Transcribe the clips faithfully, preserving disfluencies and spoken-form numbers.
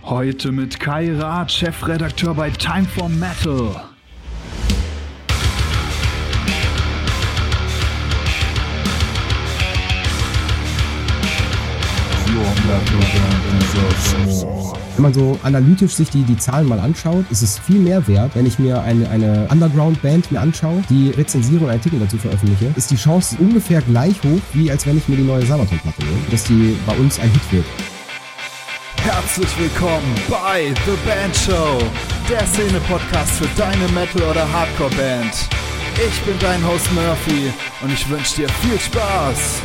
Heute mit Kai Rath, Chefredakteur bei Time for Metal. Wenn man so analytisch sich die, die Zahlen mal anschaut, ist es viel mehr wert, wenn ich mir eine, eine Underground-Band mir anschaue, die rezensiere und einen Artikel dazu veröffentliche, ist die Chance ungefähr gleich hoch, wie als wenn ich mir die neue Sabaton-Platte nehme, dass die bei uns ein Hit wird. Herzlich willkommen bei The Band Show, der Szene-Podcast für deine Metal- oder Hardcore-Band. Ich bin dein Host Murphy und ich wünsche dir viel Spaß.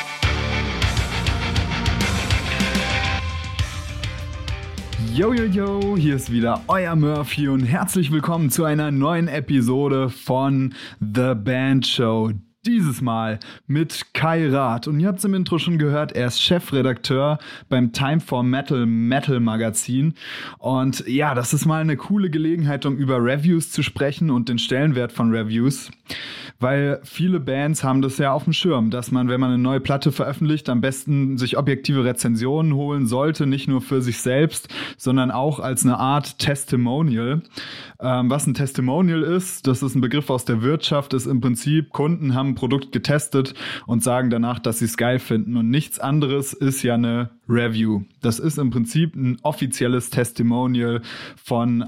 Yo, yo, yo, hier ist wieder euer Murphy und herzlich willkommen zu einer neuen Episode von The Band Show. Dieses Mal mit Kai Rath. Und ihr habt es im Intro schon gehört, er ist Chefredakteur beim Time for Metal Metal Magazin. Und ja, das ist mal eine coole Gelegenheit, um über Reviews zu sprechen und den Stellenwert von Reviews. Weil viele Bands haben das ja auf dem Schirm, dass man, wenn man eine neue Platte veröffentlicht, am besten sich objektive Rezensionen holen sollte, nicht nur für sich selbst, sondern auch als eine Art Testimonial. Ähm, was ein Testimonial ist, das ist ein Begriff aus der Wirtschaft, ist im Prinzip, Kunden haben ein Produkt getestet und sagen danach, dass sie es geil finden. Und nichts anderes ist ja eine Review. Das ist im Prinzip ein offizielles Testimonial von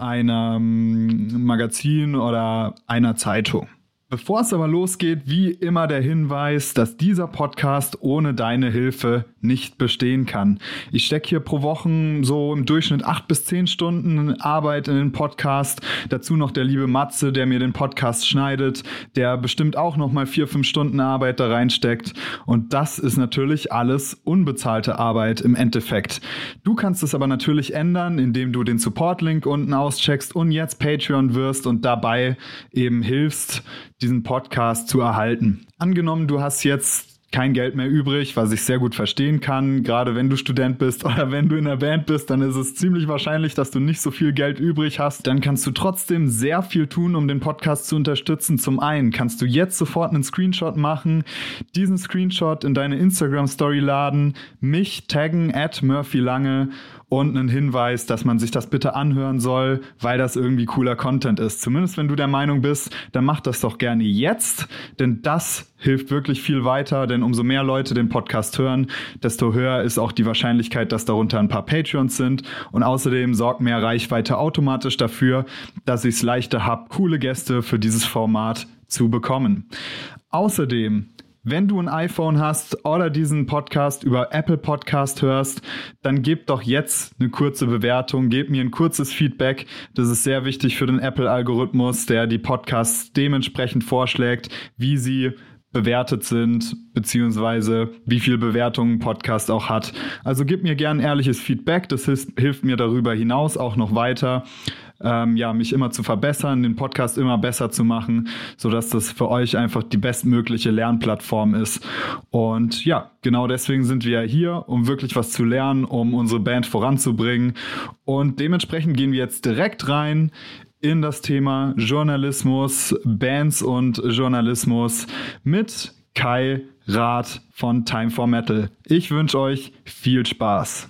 einem Magazin oder einer Zeitung. Bevor es aber losgeht, wie immer der Hinweis, dass dieser Podcast ohne deine Hilfe nicht bestehen kann. Ich stecke hier pro Woche so im Durchschnitt acht bis zehn Stunden Arbeit in den Podcast. Dazu noch der liebe Matze, der mir den Podcast schneidet, der bestimmt auch noch mal vier, fünf Stunden Arbeit da reinsteckt. Und das ist natürlich alles unbezahlte Arbeit im Endeffekt. Du kannst es aber natürlich ändern, indem du den Support-Link unten auscheckst und jetzt Patreon wirst und dabei eben hilfst, diesen Podcast zu erhalten. Angenommen, du hast jetzt kein Geld mehr übrig, was ich sehr gut verstehen kann. Gerade wenn du Student bist oder wenn du in einer Band bist, dann ist es ziemlich wahrscheinlich, dass du nicht so viel Geld übrig hast. Dann kannst du trotzdem sehr viel tun, um den Podcast zu unterstützen. Zum einen kannst du jetzt sofort einen Screenshot machen, diesen Screenshot in deine Instagram-Story laden, mich taggen at Murphy Lange und einen Hinweis, dass man sich das bitte anhören soll, weil das irgendwie cooler Content ist. Zumindest wenn du der Meinung bist, dann mach das doch gerne jetzt, denn das hilft wirklich viel weiter, denn umso mehr Leute den Podcast hören, desto höher ist auch die Wahrscheinlichkeit, dass darunter ein paar Patreons sind und außerdem sorgt mehr Reichweite automatisch dafür, dass ich es leichter habe, coole Gäste für dieses Format zu bekommen. Außerdem, wenn du ein iPhone hast oder diesen Podcast über Apple Podcast hörst, dann gib doch jetzt eine kurze Bewertung, gib mir ein kurzes Feedback. Das ist sehr wichtig für den Apple-Algorithmus, der die Podcasts dementsprechend vorschlägt, wie sie bewertet sind, beziehungsweise wie viel Bewertungen ein Podcast auch hat. Also gib mir gern ehrliches Feedback, das hilft, hilft mir darüber hinaus auch noch weiter, ähm, ja, mich immer zu verbessern, den Podcast immer besser zu machen, sodass das für euch einfach die bestmögliche Lernplattform ist. Und ja, genau deswegen sind wir hier, um wirklich was zu lernen, um unsere Band voranzubringen. Und dementsprechend gehen wir jetzt direkt rein in das Thema Journalismus, Bands und Journalismus mit Kai Rath von Time for Metal. Ich wünsche euch viel Spaß.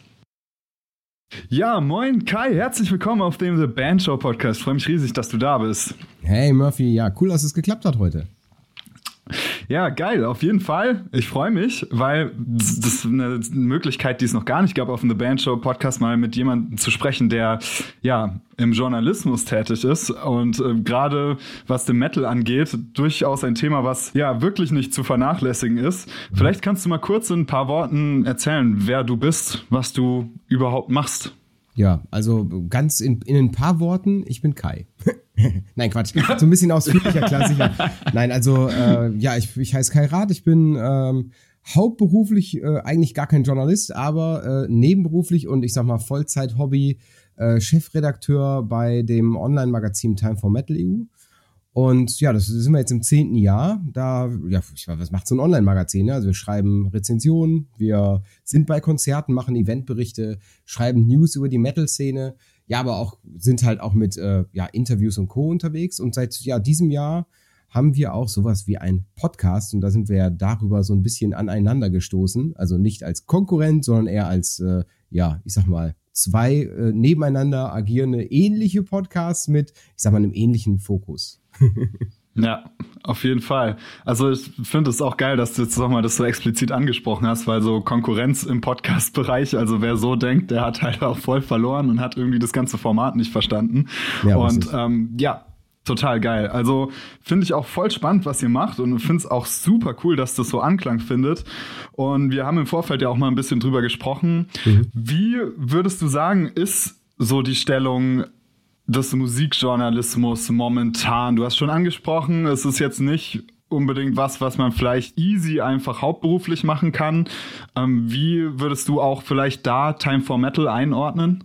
Ja, moin Kai, herzlich willkommen auf dem The Band Show Podcast. Ich freue mich riesig, dass du da bist. Hey Murphy, ja, cool, dass es geklappt hat heute. Ja, geil, auf jeden Fall. Ich freue mich, weil das ist eine Möglichkeit, die es noch gar nicht gab, auf dem The Band Show Podcast mal mit jemandem zu sprechen, der ja im Journalismus tätig ist und äh, gerade was den Metal angeht, durchaus ein Thema, was ja wirklich nicht zu vernachlässigen ist. Vielleicht kannst du mal kurz in ein paar Worten erzählen, wer du bist, was du überhaupt machst. Ja, also ganz in, in ein paar Worten, ich bin Kai. Nein, Quatsch, so ein bisschen ausführlicher, klar, sicher. Nein, also äh, ja, ich, ich heiße Kai Rath, ich bin ähm, hauptberuflich äh, eigentlich gar kein Journalist, aber äh, nebenberuflich und ich sag mal Vollzeit-Hobby äh, Chefredakteur bei dem Online-Magazin Time for Metal E U. Und ja, das sind wir jetzt im zehnten Jahr. Da, ja, was macht so ein Online-Magazin? Ne? Also wir schreiben Rezensionen, wir sind bei Konzerten, machen Eventberichte, schreiben News über die Metal-Szene. Ja, aber auch sind halt auch mit äh, ja, Interviews und Co. unterwegs. Und seit ja, diesem Jahr haben wir auch sowas wie ein Podcast. Und da sind wir ja darüber so ein bisschen aneinander gestoßen. Also nicht als Konkurrent, sondern eher als, äh, ja, ich sag mal, zwei äh, nebeneinander agierende ähnliche Podcasts mit, ich sag mal, einem ähnlichen Fokus. Ja, auf jeden Fall. Also ich finde es auch geil, dass du jetzt nochmal das so explizit angesprochen hast, weil so Konkurrenz im Podcast-Bereich, also wer so denkt, der hat halt auch voll verloren und hat irgendwie das ganze Format nicht verstanden. Ja, und ähm, ja, total geil. Also finde ich auch voll spannend, was ihr macht und finde es auch super cool, dass das so Anklang findet. Und wir haben im Vorfeld ja auch mal ein bisschen drüber gesprochen. Mhm. Wie würdest du sagen, ist so die Stellung des Musikjournalismus momentan? Du hast schon angesprochen, es ist jetzt nicht unbedingt was, was man vielleicht easy einfach hauptberuflich machen kann. Ähm, wie würdest du auch vielleicht da Time for Metal einordnen?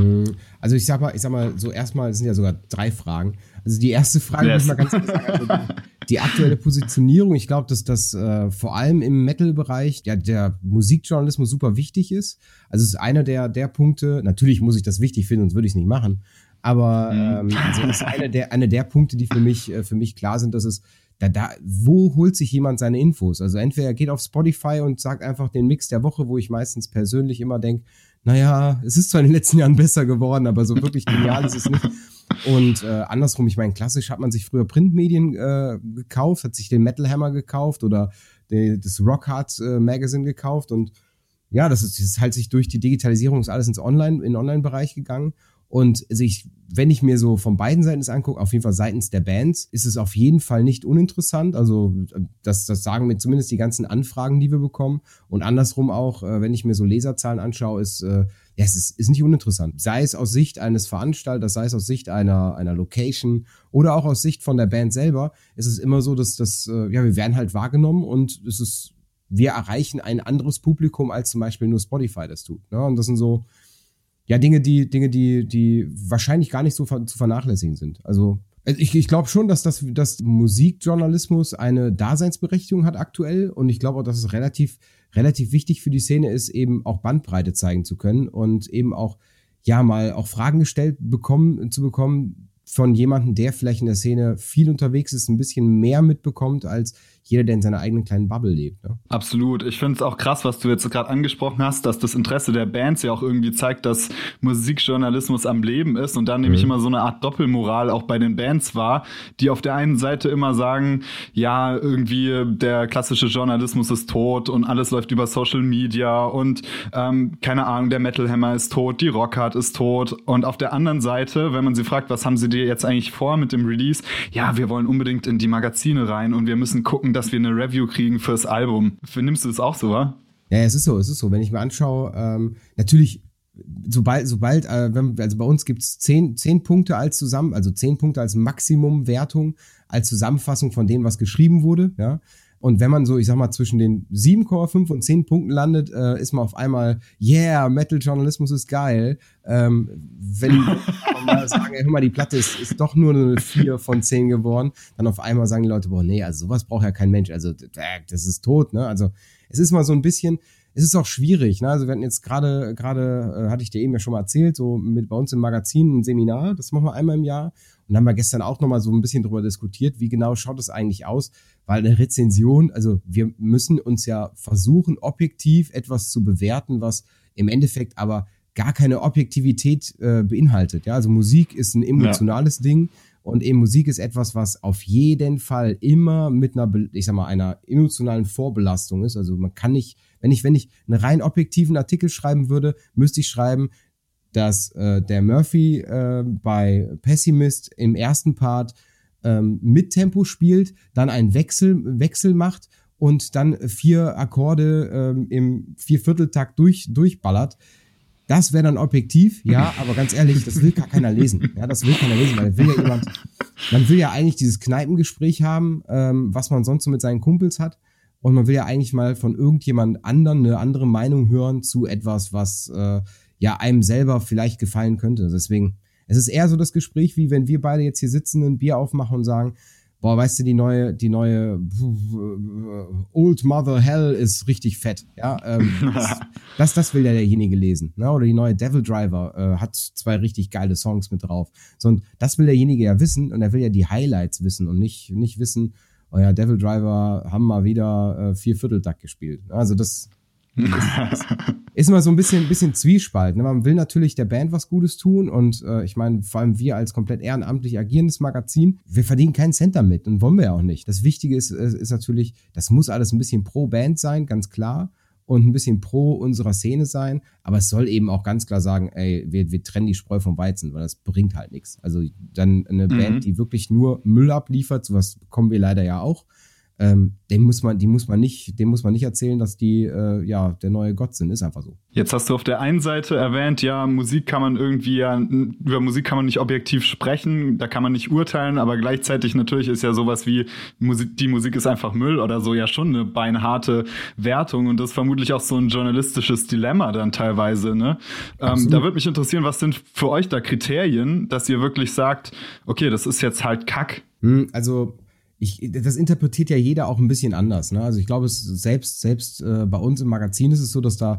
Also ich sag mal, ich sag mal so erstmal, es sind ja sogar drei Fragen. Also die erste Frage, yes. muss ich mal ganz kurz sagen, also die, die aktuelle Positionierung, ich glaube, dass das äh, vor allem im Metal-Bereich ja der Musikjournalismus super wichtig ist. Also es ist einer der der Punkte, natürlich muss ich das wichtig finden, sonst würde ich es nicht machen. Aber ähm, also das ist eine der, eine der Punkte, die für mich, äh, für mich klar sind, dass es, da, da, wo holt sich jemand seine Infos? Also entweder er geht auf Spotify und sagt einfach den Mix der Woche, wo ich meistens persönlich immer denke, naja, es ist zwar in den letzten Jahren besser geworden, aber so wirklich genial ist es nicht. Und äh, andersrum, ich meine, klassisch hat man sich früher Printmedien äh, gekauft, hat sich den Metal Hammer gekauft oder die, das Rock Hard äh, Magazine gekauft und ja, das ist, das ist halt sich durch die Digitalisierung ist alles ins Online, in den Online-Bereich gegangen. Und also ich, wenn ich mir so von beiden Seiten das angucke, auf jeden Fall seitens der Bands, ist es auf jeden Fall nicht uninteressant. Also das, das sagen mir zumindest die ganzen Anfragen, die wir bekommen. Und andersrum auch, wenn ich mir so Leserzahlen anschaue, ist ja, es ist, ist nicht uninteressant. Sei es aus Sicht eines Veranstalters, sei es aus Sicht einer einer Location oder auch aus Sicht von der Band selber, ist es immer so, dass das ja wir werden halt wahrgenommen und es ist wir erreichen ein anderes Publikum als zum Beispiel nur Spotify das tut. Ne? Und das sind so ja, Dinge, die, Dinge, die, die wahrscheinlich gar nicht so ver- zu vernachlässigen sind. Also, ich, ich glaube schon, dass das, dass Musikjournalismus eine Daseinsberechtigung hat aktuell. Und ich glaube auch, dass es relativ, relativ wichtig für die Szene ist, eben auch Bandbreite zeigen zu können und eben auch, ja, mal auch Fragen gestellt bekommen, zu bekommen von jemandem, der vielleicht in der Szene viel unterwegs ist, ein bisschen mehr mitbekommt als jeder, der in seiner eigenen kleinen Bubble lebt. Ne? Absolut. Ich finde es auch krass, was du jetzt gerade angesprochen hast, dass das Interesse der Bands ja auch irgendwie zeigt, dass Musikjournalismus am Leben ist und dann mhm. nämlich immer so eine Art Doppelmoral auch bei den Bands war, die auf der einen Seite immer sagen, ja, irgendwie der klassische Journalismus ist tot und alles läuft über Social Media und ähm, keine Ahnung, der Metal Hammer ist tot, die Rock Hard ist tot und auf der anderen Seite, wenn man sie fragt, was haben sie dir jetzt eigentlich vor mit dem Release? Ja, wir wollen unbedingt in die Magazine rein und wir müssen gucken, dass wir eine Review kriegen fürs Album. Nimmst du das auch so, wa? Ja, es ist so, es ist so. Wenn ich mir anschaue, ähm, natürlich, sobald, sobald, äh, wenn, also bei uns gibt's zehn, zehn Punkte als zusammen, also zehn Punkte als Maximumwertung, als Zusammenfassung von dem, was geschrieben wurde, ja. Und wenn man so, ich sag mal, zwischen den sieben Komma fünf und zehn Punkten landet, äh, ist man auf einmal, yeah, Metal-Journalismus ist geil. Ähm, wenn man mal sagen, hör mal, die Platte ist, ist doch nur eine vier von zehn geworden, dann auf einmal sagen die Leute, boah, nee, also sowas braucht ja kein Mensch, also das ist tot, ne? Also es ist mal so ein bisschen, es ist auch schwierig, ne? Also wir hatten jetzt gerade, gerade äh, hatte ich dir eben ja schon mal erzählt, so mit bei uns im Magazin ein Seminar, das machen wir einmal im Jahr. Und dann haben wir gestern auch nochmal so ein bisschen drüber diskutiert, wie genau schaut es eigentlich aus, weil eine Rezension, also wir müssen uns ja versuchen, objektiv etwas zu bewerten, was im Endeffekt aber gar keine Objektivität äh, beinhaltet. Ja, also Musik ist ein emotionales ja. Ding und eben Musik ist etwas, was auf jeden Fall immer mit einer, ich sag mal, einer emotionalen Vorbelastung ist. Also man kann nicht, wenn ich, wenn ich einen rein objektiven Artikel schreiben würde, müsste ich schreiben, dass äh, der Murphy äh, bei Pessimist im ersten Part ähm, mit Tempo spielt, dann einen Wechsel Wechsel macht und dann vier Akkorde ähm, im Viervierteltakt durch durchballert. Das wäre dann objektiv, ja, aber ganz ehrlich, das will gar keiner lesen. Ja, das will keiner lesen, weil will ja jemand, man will ja eigentlich dieses Kneipengespräch haben, ähm, was man sonst so mit seinen Kumpels hat. Und man will ja eigentlich mal von irgendjemand anderen eine andere Meinung hören zu etwas, was äh, ja einem selber vielleicht gefallen könnte. Deswegen, es ist eher so das Gespräch, wie wenn wir beide jetzt hier sitzen, ein Bier aufmachen und sagen, boah, weißt du, die neue, die neue Old Mother Hell ist richtig fett. Ja, ähm, das, das, das will ja derjenige lesen. Ne? Oder die neue Devil Driver äh, hat zwei richtig geile Songs mit drauf. So, und das will derjenige ja wissen und er will ja die Highlights wissen und nicht, nicht wissen, oh ja, Devil Driver haben mal wieder äh, vier Vierteltakt gespielt. Also das, das, das ist immer so ein bisschen, ein bisschen Zwiespalt. Ne? Man will natürlich der Band was Gutes tun und äh, ich meine, vor allem wir als komplett ehrenamtlich agierendes Magazin, wir verdienen keinen Cent damit und wollen wir ja auch nicht. Das Wichtige ist, ist natürlich, das muss alles ein bisschen pro Band sein, ganz klar. Und ein bisschen pro unserer Szene sein, aber es soll eben auch ganz klar sagen, ey, wir, wir trennen die Spreu vom Weizen, weil das bringt halt nichts. Also dann eine mhm. Band, die wirklich nur Müll abliefert, sowas bekommen wir leider ja auch, ähm, dem muss man, die muss man nicht, dem muss man nicht erzählen, dass die äh, ja der neue Gott sind, ist einfach so. Jetzt hast du auf der einen Seite erwähnt, ja, Musik kann man irgendwie ja, über Musik kann man nicht objektiv sprechen, da kann man nicht urteilen, aber gleichzeitig natürlich ist ja sowas wie Musik, die Musik ist einfach Müll oder so ja schon eine beinharte Wertung und das ist vermutlich auch so ein journalistisches Dilemma dann teilweise, ne? Ähm, da würde mich interessieren, was sind für euch da Kriterien, dass ihr wirklich sagt, okay, das ist jetzt halt Kack? Also Ich, das interpretiert ja jeder auch ein bisschen anders. Ne? Also ich glaube, es selbst selbst äh, bei uns im Magazin ist es so, dass da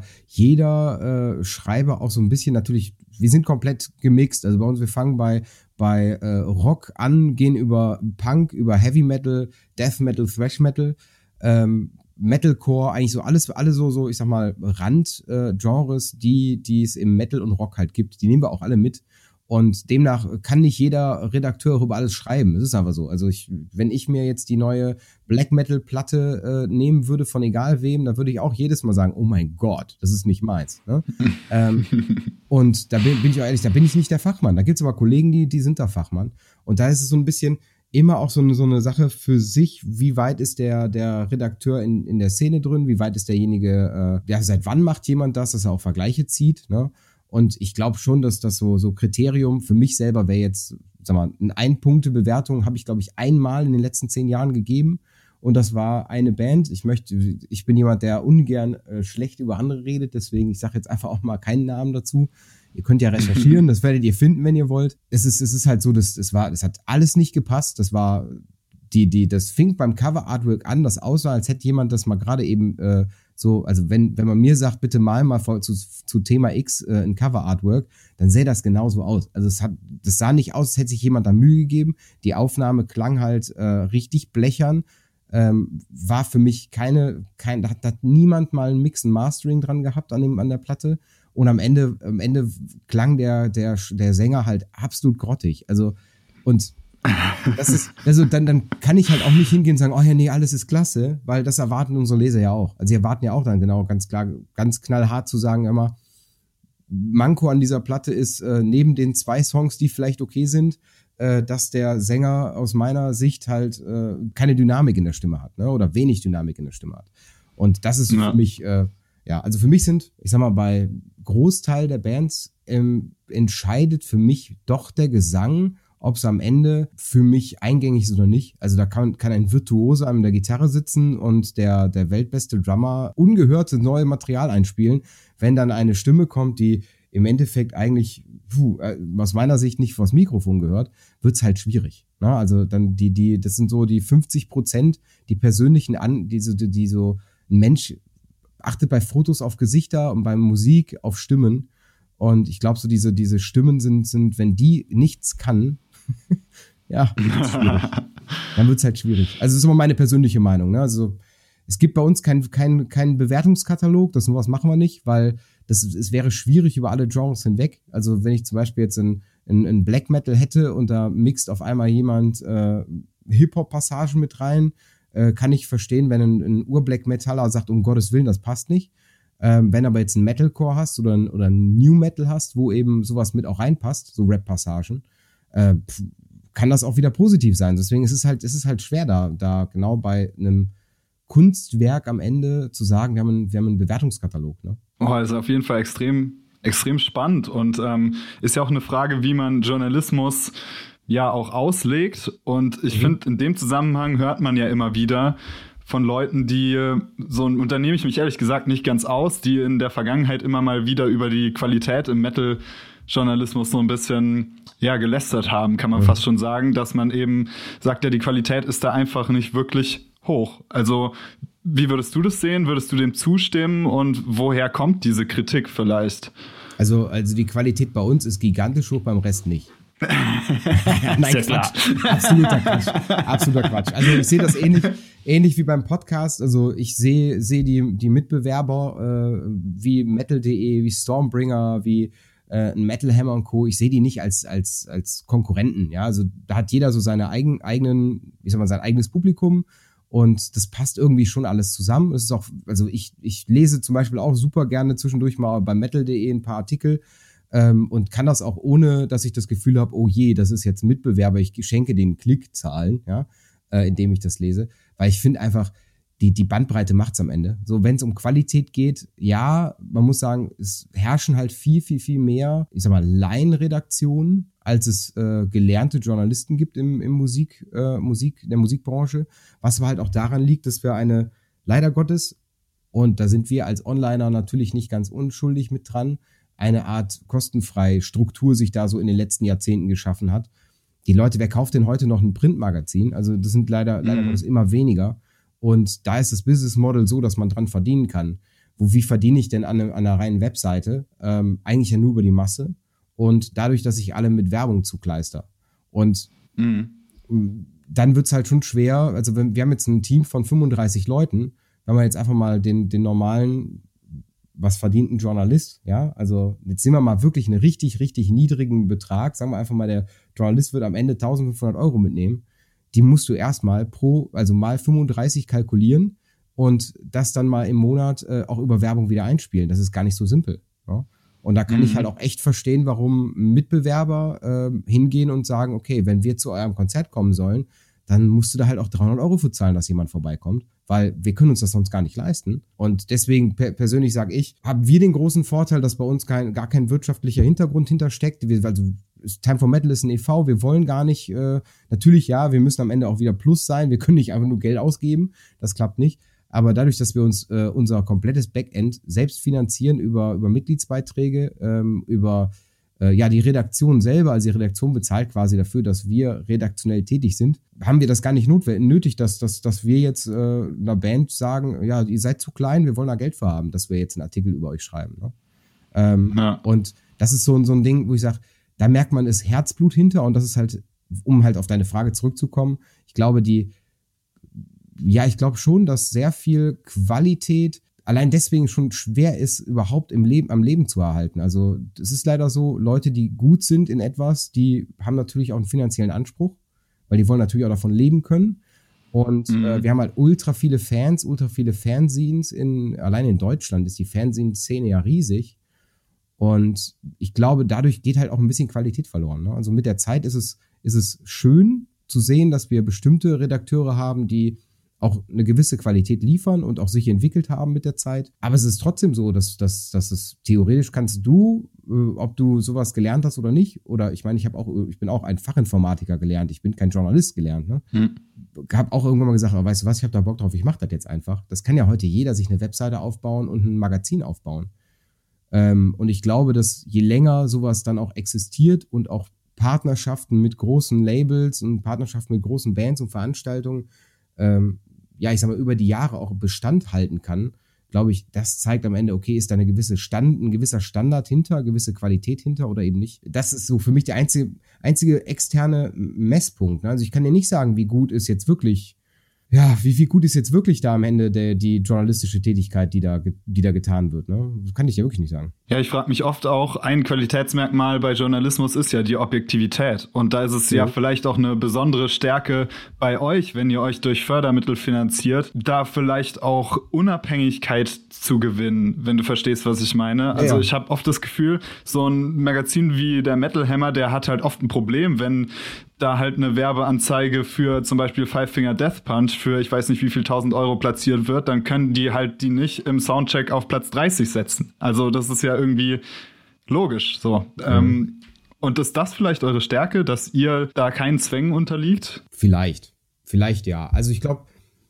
jeder äh, Schreiber auch so ein bisschen natürlich, wir sind komplett gemixt. Also bei uns, wir fangen bei bei äh, Rock an, gehen über Punk, über Heavy Metal, Death Metal, Thrash Metal, ähm, Metalcore, eigentlich so alles, alle so, so ich sag mal, Randgenres, äh, die die es im Metal und Rock halt gibt. Die nehmen wir auch alle mit. Und demnach kann nicht jeder Redakteur über alles schreiben. Das ist einfach so. Also ich, wenn ich mir jetzt die neue Black Metal Platte äh, nehmen würde von egal wem, dann würde ich auch jedes Mal sagen, oh mein Gott, das ist nicht meins. Ne? ähm, und da bin, bin ich auch ehrlich, da bin ich nicht der Fachmann. Da gibt's aber Kollegen, die, die sind da Fachmann. Und da ist es so ein bisschen immer auch so eine, so eine Sache für sich, wie weit ist der, der Redakteur in, in der Szene drin, wie weit ist derjenige, äh, ja, seit wann macht jemand das, dass er auch Vergleiche zieht, ne? Und ich glaube schon, dass das so so Kriterium für mich selber wäre jetzt, sag mal, eine Ein-Punkte-Bewertung habe ich, glaube ich, einmal in den letzten zehn Jahren gegeben. Und das war eine Band. Ich möchte, ich bin jemand, der ungern äh, schlecht über andere redet, deswegen, ich sage jetzt einfach auch mal keinen Namen dazu. Ihr könnt ja recherchieren, das werdet ihr finden, wenn ihr wollt. Es ist, es ist halt so, dass es war, es hat alles nicht gepasst. Das war die, die, das fing beim Cover-Artwork an, das aussah, als hätte jemand das mal gerade eben äh, so, also wenn wenn man mir sagt, bitte mal mal vor, zu, zu Thema X äh, ein Cover-Artwork, dann sähe das genauso aus. Also es hat, das sah nicht aus, als hätte sich jemand da Mühe gegeben. Die Aufnahme klang halt äh, richtig blechern. Ähm, war für mich keine, kein, da hat, da hat niemand mal ein Mix und Mastering dran gehabt an dem an der Platte. Und am Ende, am Ende klang der der der Sänger halt absolut grottig. Also und das ist, also dann, dann kann ich halt auch nicht hingehen und sagen, oh ja, nee, alles ist klasse, weil das erwarten unsere Leser ja auch. Also sie erwarten ja auch dann genau ganz klar, ganz knallhart zu sagen immer, Manko an dieser Platte ist, äh, neben den zwei Songs, die vielleicht okay sind, äh, dass der Sänger aus meiner Sicht halt äh, keine Dynamik in der Stimme hat, ne, oder wenig Dynamik in der Stimme hat. Und das ist ja. für mich, äh, ja, also für mich sind, ich sag mal, bei Großteil der Bands ähm, entscheidet für mich doch der Gesang, ob es am Ende für mich eingängig ist oder nicht. Also da kann, kann ein Virtuose an der Gitarre sitzen und der, der weltbeste Drummer ungehörte neue Material einspielen. Wenn dann eine Stimme kommt, die im Endeffekt eigentlich puh, aus meiner Sicht nicht vors Mikrofon gehört, wird's halt schwierig. Na, also dann die, die, das sind so die fünfzig Prozent, die persönlichen an, die so, die, die so ein Mensch achtet bei Fotos auf Gesichter und bei Musik auf Stimmen. Und ich glaube, so diese, diese Stimmen sind, sind, wenn die nichts kann, ja, dann wird's halt schwierig. Also das ist immer meine persönliche Meinung. Ne? Also es gibt bei uns keinen kein, kein Bewertungskatalog, das sowas machen wir nicht, weil das, es wäre schwierig über alle Genres hinweg. Also wenn ich zum Beispiel jetzt ein, ein, ein Black Metal hätte und da mixt auf einmal jemand äh, Hip-Hop-Passagen mit rein, äh, kann ich verstehen, wenn ein, ein Ur-Black-Metaller sagt, um Gottes Willen, das passt nicht. Ähm, wenn aber jetzt ein Metalcore hast oder ein, oder ein New Metal hast, wo eben sowas mit auch reinpasst, so Rap-Passagen, äh, kann das auch wieder positiv sein. Deswegen ist es halt, ist es halt schwer, da, da genau bei einem Kunstwerk am Ende zu sagen, wir haben einen, wir haben einen Bewertungskatalog. Ne? Oh, also auf jeden Fall extrem, extrem spannend und ähm, ist ja auch eine Frage, wie man Journalismus ja auch auslegt. Und ich mhm. finde, in dem Zusammenhang hört man ja immer wieder von Leuten, die so, und da nehme ich mich ehrlich gesagt nicht ganz aus, die in der Vergangenheit immer mal wieder über die Qualität im Metal-Journalismus so ein bisschen, ja, gelästert haben, kann man mhm. fast schon sagen, dass man eben sagt, ja, die Qualität ist da einfach nicht wirklich hoch. Also, wie würdest du das sehen? Würdest du dem zustimmen? Und woher kommt diese Kritik vielleicht? Also, also die Qualität bei uns ist gigantisch hoch, beim Rest nicht. Nein, Quatsch. Absoluter Quatsch. Absoluter Quatsch. Also ich sehe das ähnlich. ähnlich wie beim Podcast. Also ich sehe sehe die die Mitbewerber äh, wie Metal punkt de, wie Stormbringer, wie äh, Metal Hammer und Co. Ich sehe die nicht als als als Konkurrenten. Ja, also da hat jeder so seine eigen, eigenen, wie soll man sein eigenes Publikum. Und das passt irgendwie schon alles zusammen. Es ist auch, also ich ich lese zum Beispiel auch super gerne zwischendurch mal bei Metal punkt de ein paar Artikel. Ähm, und kann das auch ohne, dass ich das Gefühl habe, oh je, das ist jetzt ein Mitbewerber, ich schenke den Klickzahlen, ja, äh, indem ich das lese, weil ich finde einfach, die, die Bandbreite macht's am Ende. So, wenn es um Qualität geht, ja, man muss sagen, es herrschen halt viel, viel, viel mehr, ich sag mal, Laienredaktionen, als es äh, gelernte Journalisten gibt im, im Musik, äh, Musik, in der Musikbranche, was aber halt auch daran liegt, dass wir eine, leider Gottes, und da sind wir als Onliner natürlich nicht ganz unschuldig mit dran, eine Art kostenfreie Struktur sich da so in den letzten Jahrzehnten geschaffen hat. Die Leute, wer kauft denn heute noch ein Printmagazin? Also das sind leider, mhm. leider Gottes immer weniger. Und da ist das Business Model so, dass man dran verdienen kann. Wo, wie verdiene ich denn an, eine, an einer reinen Webseite? Ähm, eigentlich ja nur über die Masse. Und dadurch, dass ich alle mit Werbung zukleister. Und mhm. dann wird's halt schon schwer. Also wenn, wir haben jetzt ein Team von fünfunddreißig Leuten. Wenn man jetzt einfach mal den, den normalen, was verdient ein Journalist, ja, also jetzt sehen wir mal wirklich einen richtig, richtig niedrigen Betrag, sagen wir einfach mal, der Journalist wird am Ende eintausendfünfhundert Euro mitnehmen, die musst du erstmal pro, also mal fünfunddreißig kalkulieren und das dann mal im Monat äh, auch über Werbung wieder einspielen, das ist gar nicht so simpel, ja? Und da kann mhm. ich halt auch echt verstehen, warum Mitbewerber äh, hingehen und sagen, okay, wenn wir zu eurem Konzert kommen sollen, dann musst du da halt auch dreihundert Euro für zahlen, dass jemand vorbeikommt, weil wir können uns das sonst gar nicht leisten. Und deswegen per- persönlich sage ich, haben wir den großen Vorteil, dass bei uns kein, gar kein wirtschaftlicher Hintergrund hintersteckt. Wir, also Time for Metal ist ein E V, wir wollen gar nicht, äh, natürlich ja, wir müssen am Ende auch wieder Plus sein, wir können nicht einfach nur Geld ausgeben, das klappt nicht. Aber dadurch, dass wir uns äh, unser komplettes Backend selbst finanzieren über, über Mitgliedsbeiträge, ähm, über ja, die Redaktion selber, also die Redaktion bezahlt quasi dafür, dass wir redaktionell tätig sind, haben wir das gar nicht notwendig, nötig, dass, dass, dass wir jetzt äh, einer Band sagen, ja, ihr seid zu klein, wir wollen da Geld für haben, dass wir jetzt einen Artikel über euch schreiben. Ne? Ähm, ja. Und das ist so, so ein Ding, wo ich sage, da merkt man das Herzblut hinter und das ist halt, um halt auf deine Frage zurückzukommen, ich glaube, die, ja, ich glaube schon, dass sehr viel Qualität allein deswegen schon schwer ist, überhaupt im Leben, am Leben zu erhalten. Also es ist leider so, Leute, die gut sind in etwas, die haben natürlich auch einen finanziellen Anspruch, weil die wollen natürlich auch davon leben können. Und mhm. äh, wir haben halt ultra viele Fans, ultra viele Fanzines. In, allein in Deutschland ist die Fanzine-Szene ja riesig. Und ich glaube, dadurch geht halt auch ein bisschen Qualität verloren. Ne? Also mit der Zeit ist es, ist es schön zu sehen, dass wir bestimmte Redakteure haben, die auch eine gewisse Qualität liefern und auch sich entwickelt haben mit der Zeit. Aber es ist trotzdem so, dass, dass, dass es theoretisch kannst du, äh, ob du sowas gelernt hast oder nicht, oder ich meine, ich habe auch, ich bin auch ein Fachinformatiker gelernt, ich bin kein Journalist gelernt, ne? Hm. Hab auch irgendwann mal gesagt, aber weißt du was, ich habe da Bock drauf, ich mache das jetzt einfach. Das kann ja heute jeder sich eine Webseite aufbauen und ein Magazin aufbauen. Ähm, und ich glaube, dass je länger sowas dann auch existiert und auch Partnerschaften mit großen Labels und Partnerschaften mit großen Bands und Veranstaltungen, ähm, ja, ich sag mal, über die Jahre auch Bestand halten kann, glaube ich, das zeigt am Ende, okay, ist da eine gewisse Stand, ein gewisser Standard hinter, gewisse Qualität hinter oder eben nicht. Das ist so für mich der einzige, einzige externe Messpunkt. Ne? Also ich kann dir nicht sagen, wie gut ist jetzt wirklich, ja, wie, wie gut ist jetzt wirklich da am Ende der, die journalistische Tätigkeit, die da, die da getan wird. Ne? Das kann ich dir wirklich nicht sagen. Ja, ich frage mich oft auch, ein Qualitätsmerkmal bei Journalismus ist ja die Objektivität. Und da ist es ja, ja vielleicht auch eine besondere Stärke bei euch, wenn ihr euch durch Fördermittel finanziert, da vielleicht auch Unabhängigkeit zu gewinnen, wenn du verstehst, was ich meine. Also ja. ich habe oft das Gefühl, so ein Magazin wie der Metal Hammer, der hat halt oft ein Problem, wenn da halt eine Werbeanzeige für zum Beispiel Five Finger Death Punch für ich weiß nicht wie viel tausend Euro platziert wird, dann können die halt die nicht im Soundcheck auf Platz dreißig setzen. Also das ist ja irgendwie logisch so. Mhm. Ähm, und ist das vielleicht eure Stärke, dass ihr da keinen Zwängen unterliegt? Vielleicht. Vielleicht ja. Also ich glaube,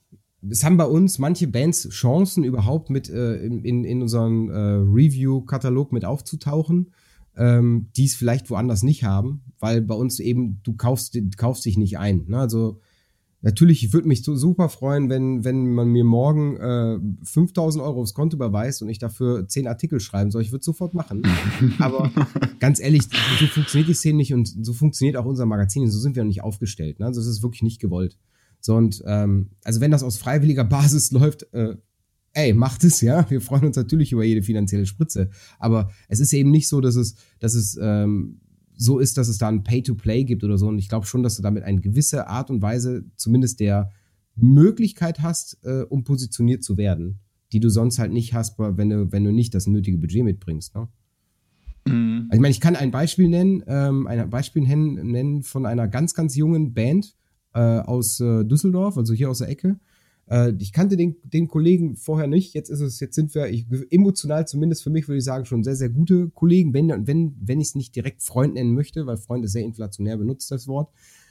es haben bei uns manche Bands Chancen, überhaupt mit äh, in, in unserem äh, Review-Katalog mit aufzutauchen, ähm, die es vielleicht woanders nicht haben, weil bei uns eben, du kaufst, kaufst dich nicht ein. Ne? Also natürlich, ich würde mich so super freuen, wenn wenn man mir morgen äh, fünftausend Euro aufs Konto überweist und ich dafür zehn Artikel schreiben soll. Ich würde es sofort machen. Aber ganz ehrlich, so funktioniert die Szene nicht und so funktioniert auch unser Magazin. So sind wir noch nicht aufgestellt. Ne? Also es ist wirklich nicht gewollt. So und ähm, also wenn das aus freiwilliger Basis läuft, äh, ey, macht es, ja. Wir freuen uns natürlich über jede finanzielle Spritze. Aber es ist eben nicht so, dass es, dass es ähm, so ist, dass es da ein Pay-to-Play gibt oder so. Und ich glaube schon, dass du damit eine gewisse Art und Weise zumindest der Möglichkeit hast, äh, um positioniert zu werden, die du sonst halt nicht hast, wenn du, wenn du nicht das nötige Budget mitbringst. Ne? Mhm. Also ich meine, ich kann ein Beispiel nennen, ähm, ein Beispiel nennen, nennen von einer ganz, ganz jungen Band äh, aus äh, Düsseldorf, also hier aus der Ecke. Äh, ich kannte den, den Kollegen vorher nicht. Jetzt ist es, jetzt sind wir ich, emotional zumindest für mich, würde ich sagen, schon sehr, sehr gute Kollegen, wenn, wenn, wenn ich es nicht direkt Freund nennen möchte, weil Freund ist sehr inflationär benutzt, das Wort.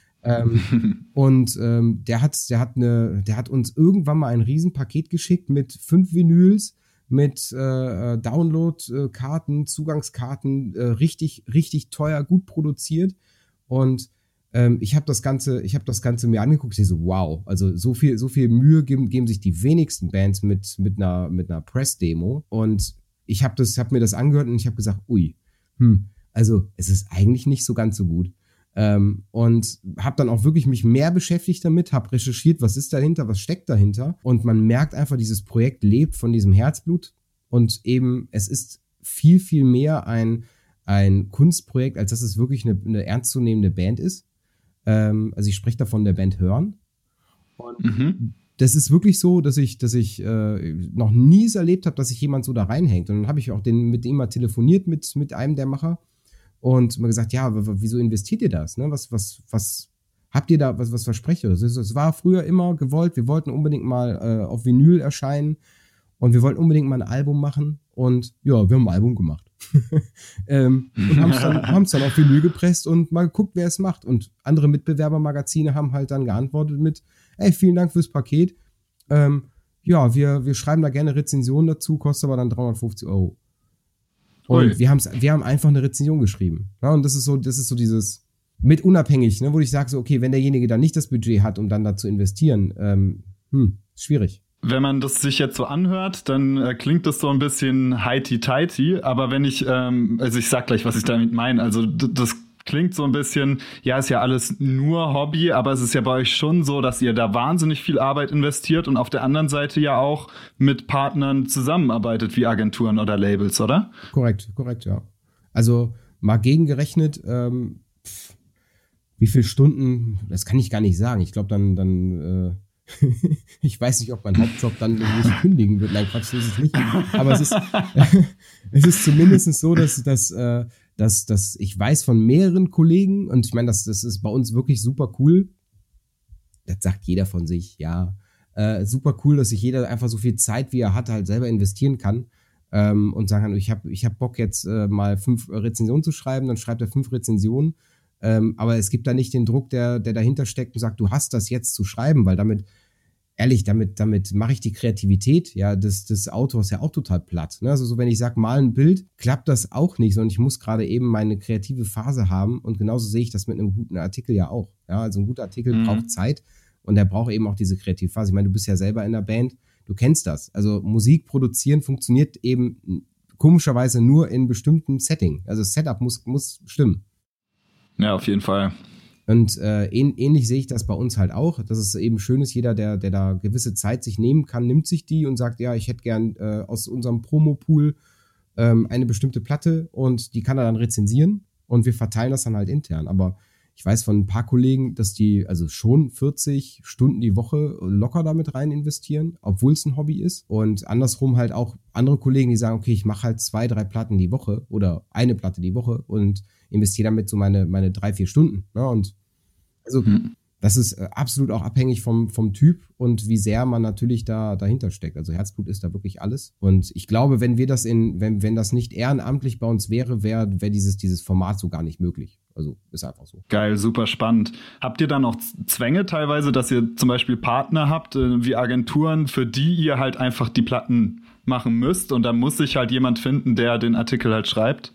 ähm, und ähm, der hat, der hat eine, der hat uns irgendwann mal ein Riesenpaket geschickt mit fünf Vinyls, mit äh, Download-Karten, Zugangskarten, äh, richtig, richtig teuer, gut produziert. Und ähm, ich habe das Ganze, ich habe das Ganze mir angeguckt. Ich so, wow, also so viel, so viel Mühe geben, geben sich die wenigsten Bands mit mit einer mit einer Press-Demo. Und ich habe das, habe mir das angehört und ich habe gesagt, ui, hm, also es ist eigentlich nicht so ganz so gut. Ähm, und habe dann auch wirklich mich mehr beschäftigt damit, habe recherchiert, was ist dahinter, was steckt dahinter, und man merkt einfach, dieses Projekt lebt von diesem Herzblut und eben es ist viel, viel mehr ein, ein Kunstprojekt, als dass es wirklich eine, eine ernstzunehmende Band ist. Ähm, also ich spreche da von der Band Hörn. Und mhm. das ist wirklich so, dass ich, dass ich äh, noch nie es erlebt habe, dass sich jemand so da reinhängt. Und dann habe ich auch den, mit dem mal telefoniert, mit, mit einem der Macher. Und mal gesagt, ja, w- wieso investiert ihr das? Ne? Was, was, was habt ihr da, was, was versprecht ihr? Es war früher immer gewollt, wir wollten unbedingt mal äh, auf Vinyl erscheinen und wir wollten unbedingt mal ein Album machen. Und ja, wir haben ein Album gemacht. ähm, und haben es dann, haben's dann auf Vinyl gepresst und mal geguckt, wer es macht. Und andere Mitbewerbermagazine haben halt dann geantwortet mit, ey, vielen Dank fürs Paket. Ähm, ja, wir, wir schreiben da gerne Rezensionen dazu, kostet aber dann dreihundertfünfzig Euro. Und wir, haben's, wir haben einfach eine Rezension geschrieben. Ja, und das ist so, das ist so dieses mit unabhängig, ne, wo ich sage so, okay, wenn derjenige dann nicht das Budget hat, um dann da zu investieren, ähm, hm, schwierig. Wenn man das sich jetzt so anhört, dann äh, klingt das so ein bisschen heiti-teiti, aber wenn ich, ähm, also ich sag gleich, was ich damit meine, also d- das klingt so ein bisschen, ja, ist ja alles nur Hobby, aber es ist ja bei euch schon so, dass ihr da wahnsinnig viel Arbeit investiert und auf der anderen Seite ja auch mit Partnern zusammenarbeitet, wie Agenturen oder Labels, oder? Korrekt, korrekt, ja. Also mal gegengerechnet, ähm, pff, wie viele Stunden, das kann ich gar nicht sagen. Ich glaube, dann, dann, äh, ich weiß nicht, ob mein Hauptjob dann nicht kündigen wird. Nein, Quatsch, das ist es nicht. Aber es ist, es ist zumindest so, dass, dass, äh, dass, dass ich weiß von mehreren Kollegen, und ich meine, das, das ist bei uns wirklich super cool. Das sagt jeder von sich, ja. Äh, super cool, dass sich jeder einfach so viel Zeit, wie er hat, halt selber investieren kann. Ähm, und sagen kann, ich habe ich hab Bock jetzt äh, mal fünf Rezensionen zu schreiben, dann schreibt er fünf Rezensionen. Ähm, aber es gibt da nicht den Druck, der, der dahinter steckt und sagt, du hast das jetzt zu schreiben, weil damit, ehrlich, damit, damit mache ich die Kreativität, ja, des, des Autors ja auch total platt. Ne? Also so, wenn ich sage, mal ein Bild, klappt das auch nicht, sondern ich muss gerade eben meine kreative Phase haben, und genauso sehe ich das mit einem guten Artikel ja auch. Ja, also ein guter Artikel mhm. braucht Zeit, und der braucht eben auch diese kreative Phase. Ich meine, du bist ja selber in der Band, du kennst das. Also Musik produzieren funktioniert eben komischerweise nur in bestimmten Setting. Also das Setup muss, muss stimmen. Ja, auf jeden Fall. Und äh, ähn, ähnlich sehe ich das bei uns halt auch, dass es eben schön ist, jeder, der, der da gewisse Zeit sich nehmen kann, nimmt sich die und sagt, ja, ich hätte gern äh, aus unserem Promo-Pool ähm, eine bestimmte Platte, und die kann er dann rezensieren, und wir verteilen das dann halt intern. Aber ich weiß von ein paar Kollegen, dass die also schon vierzig Stunden die Woche locker damit rein investieren, obwohl es ein Hobby ist. Und andersrum halt auch andere Kollegen, die sagen, okay, ich mache halt zwei, drei Platten die Woche oder eine Platte die Woche und investiere damit so meine, meine drei, vier Stunden. Ne? Und also hm. das ist äh, absolut auch abhängig vom, vom Typ und wie sehr man natürlich da dahinter steckt. Also Herzblut ist da wirklich alles. Und ich glaube, wenn wir das in, wenn, wenn das nicht ehrenamtlich bei uns wäre, wäre wär dieses, dieses Format so gar nicht möglich. Also ist einfach so. Geil, super spannend. Habt ihr dann auch Zwänge teilweise, dass ihr zum Beispiel Partner habt, äh, wie Agenturen, für die ihr halt einfach die Platten machen müsst, und dann muss sich halt jemand finden, der den Artikel halt schreibt?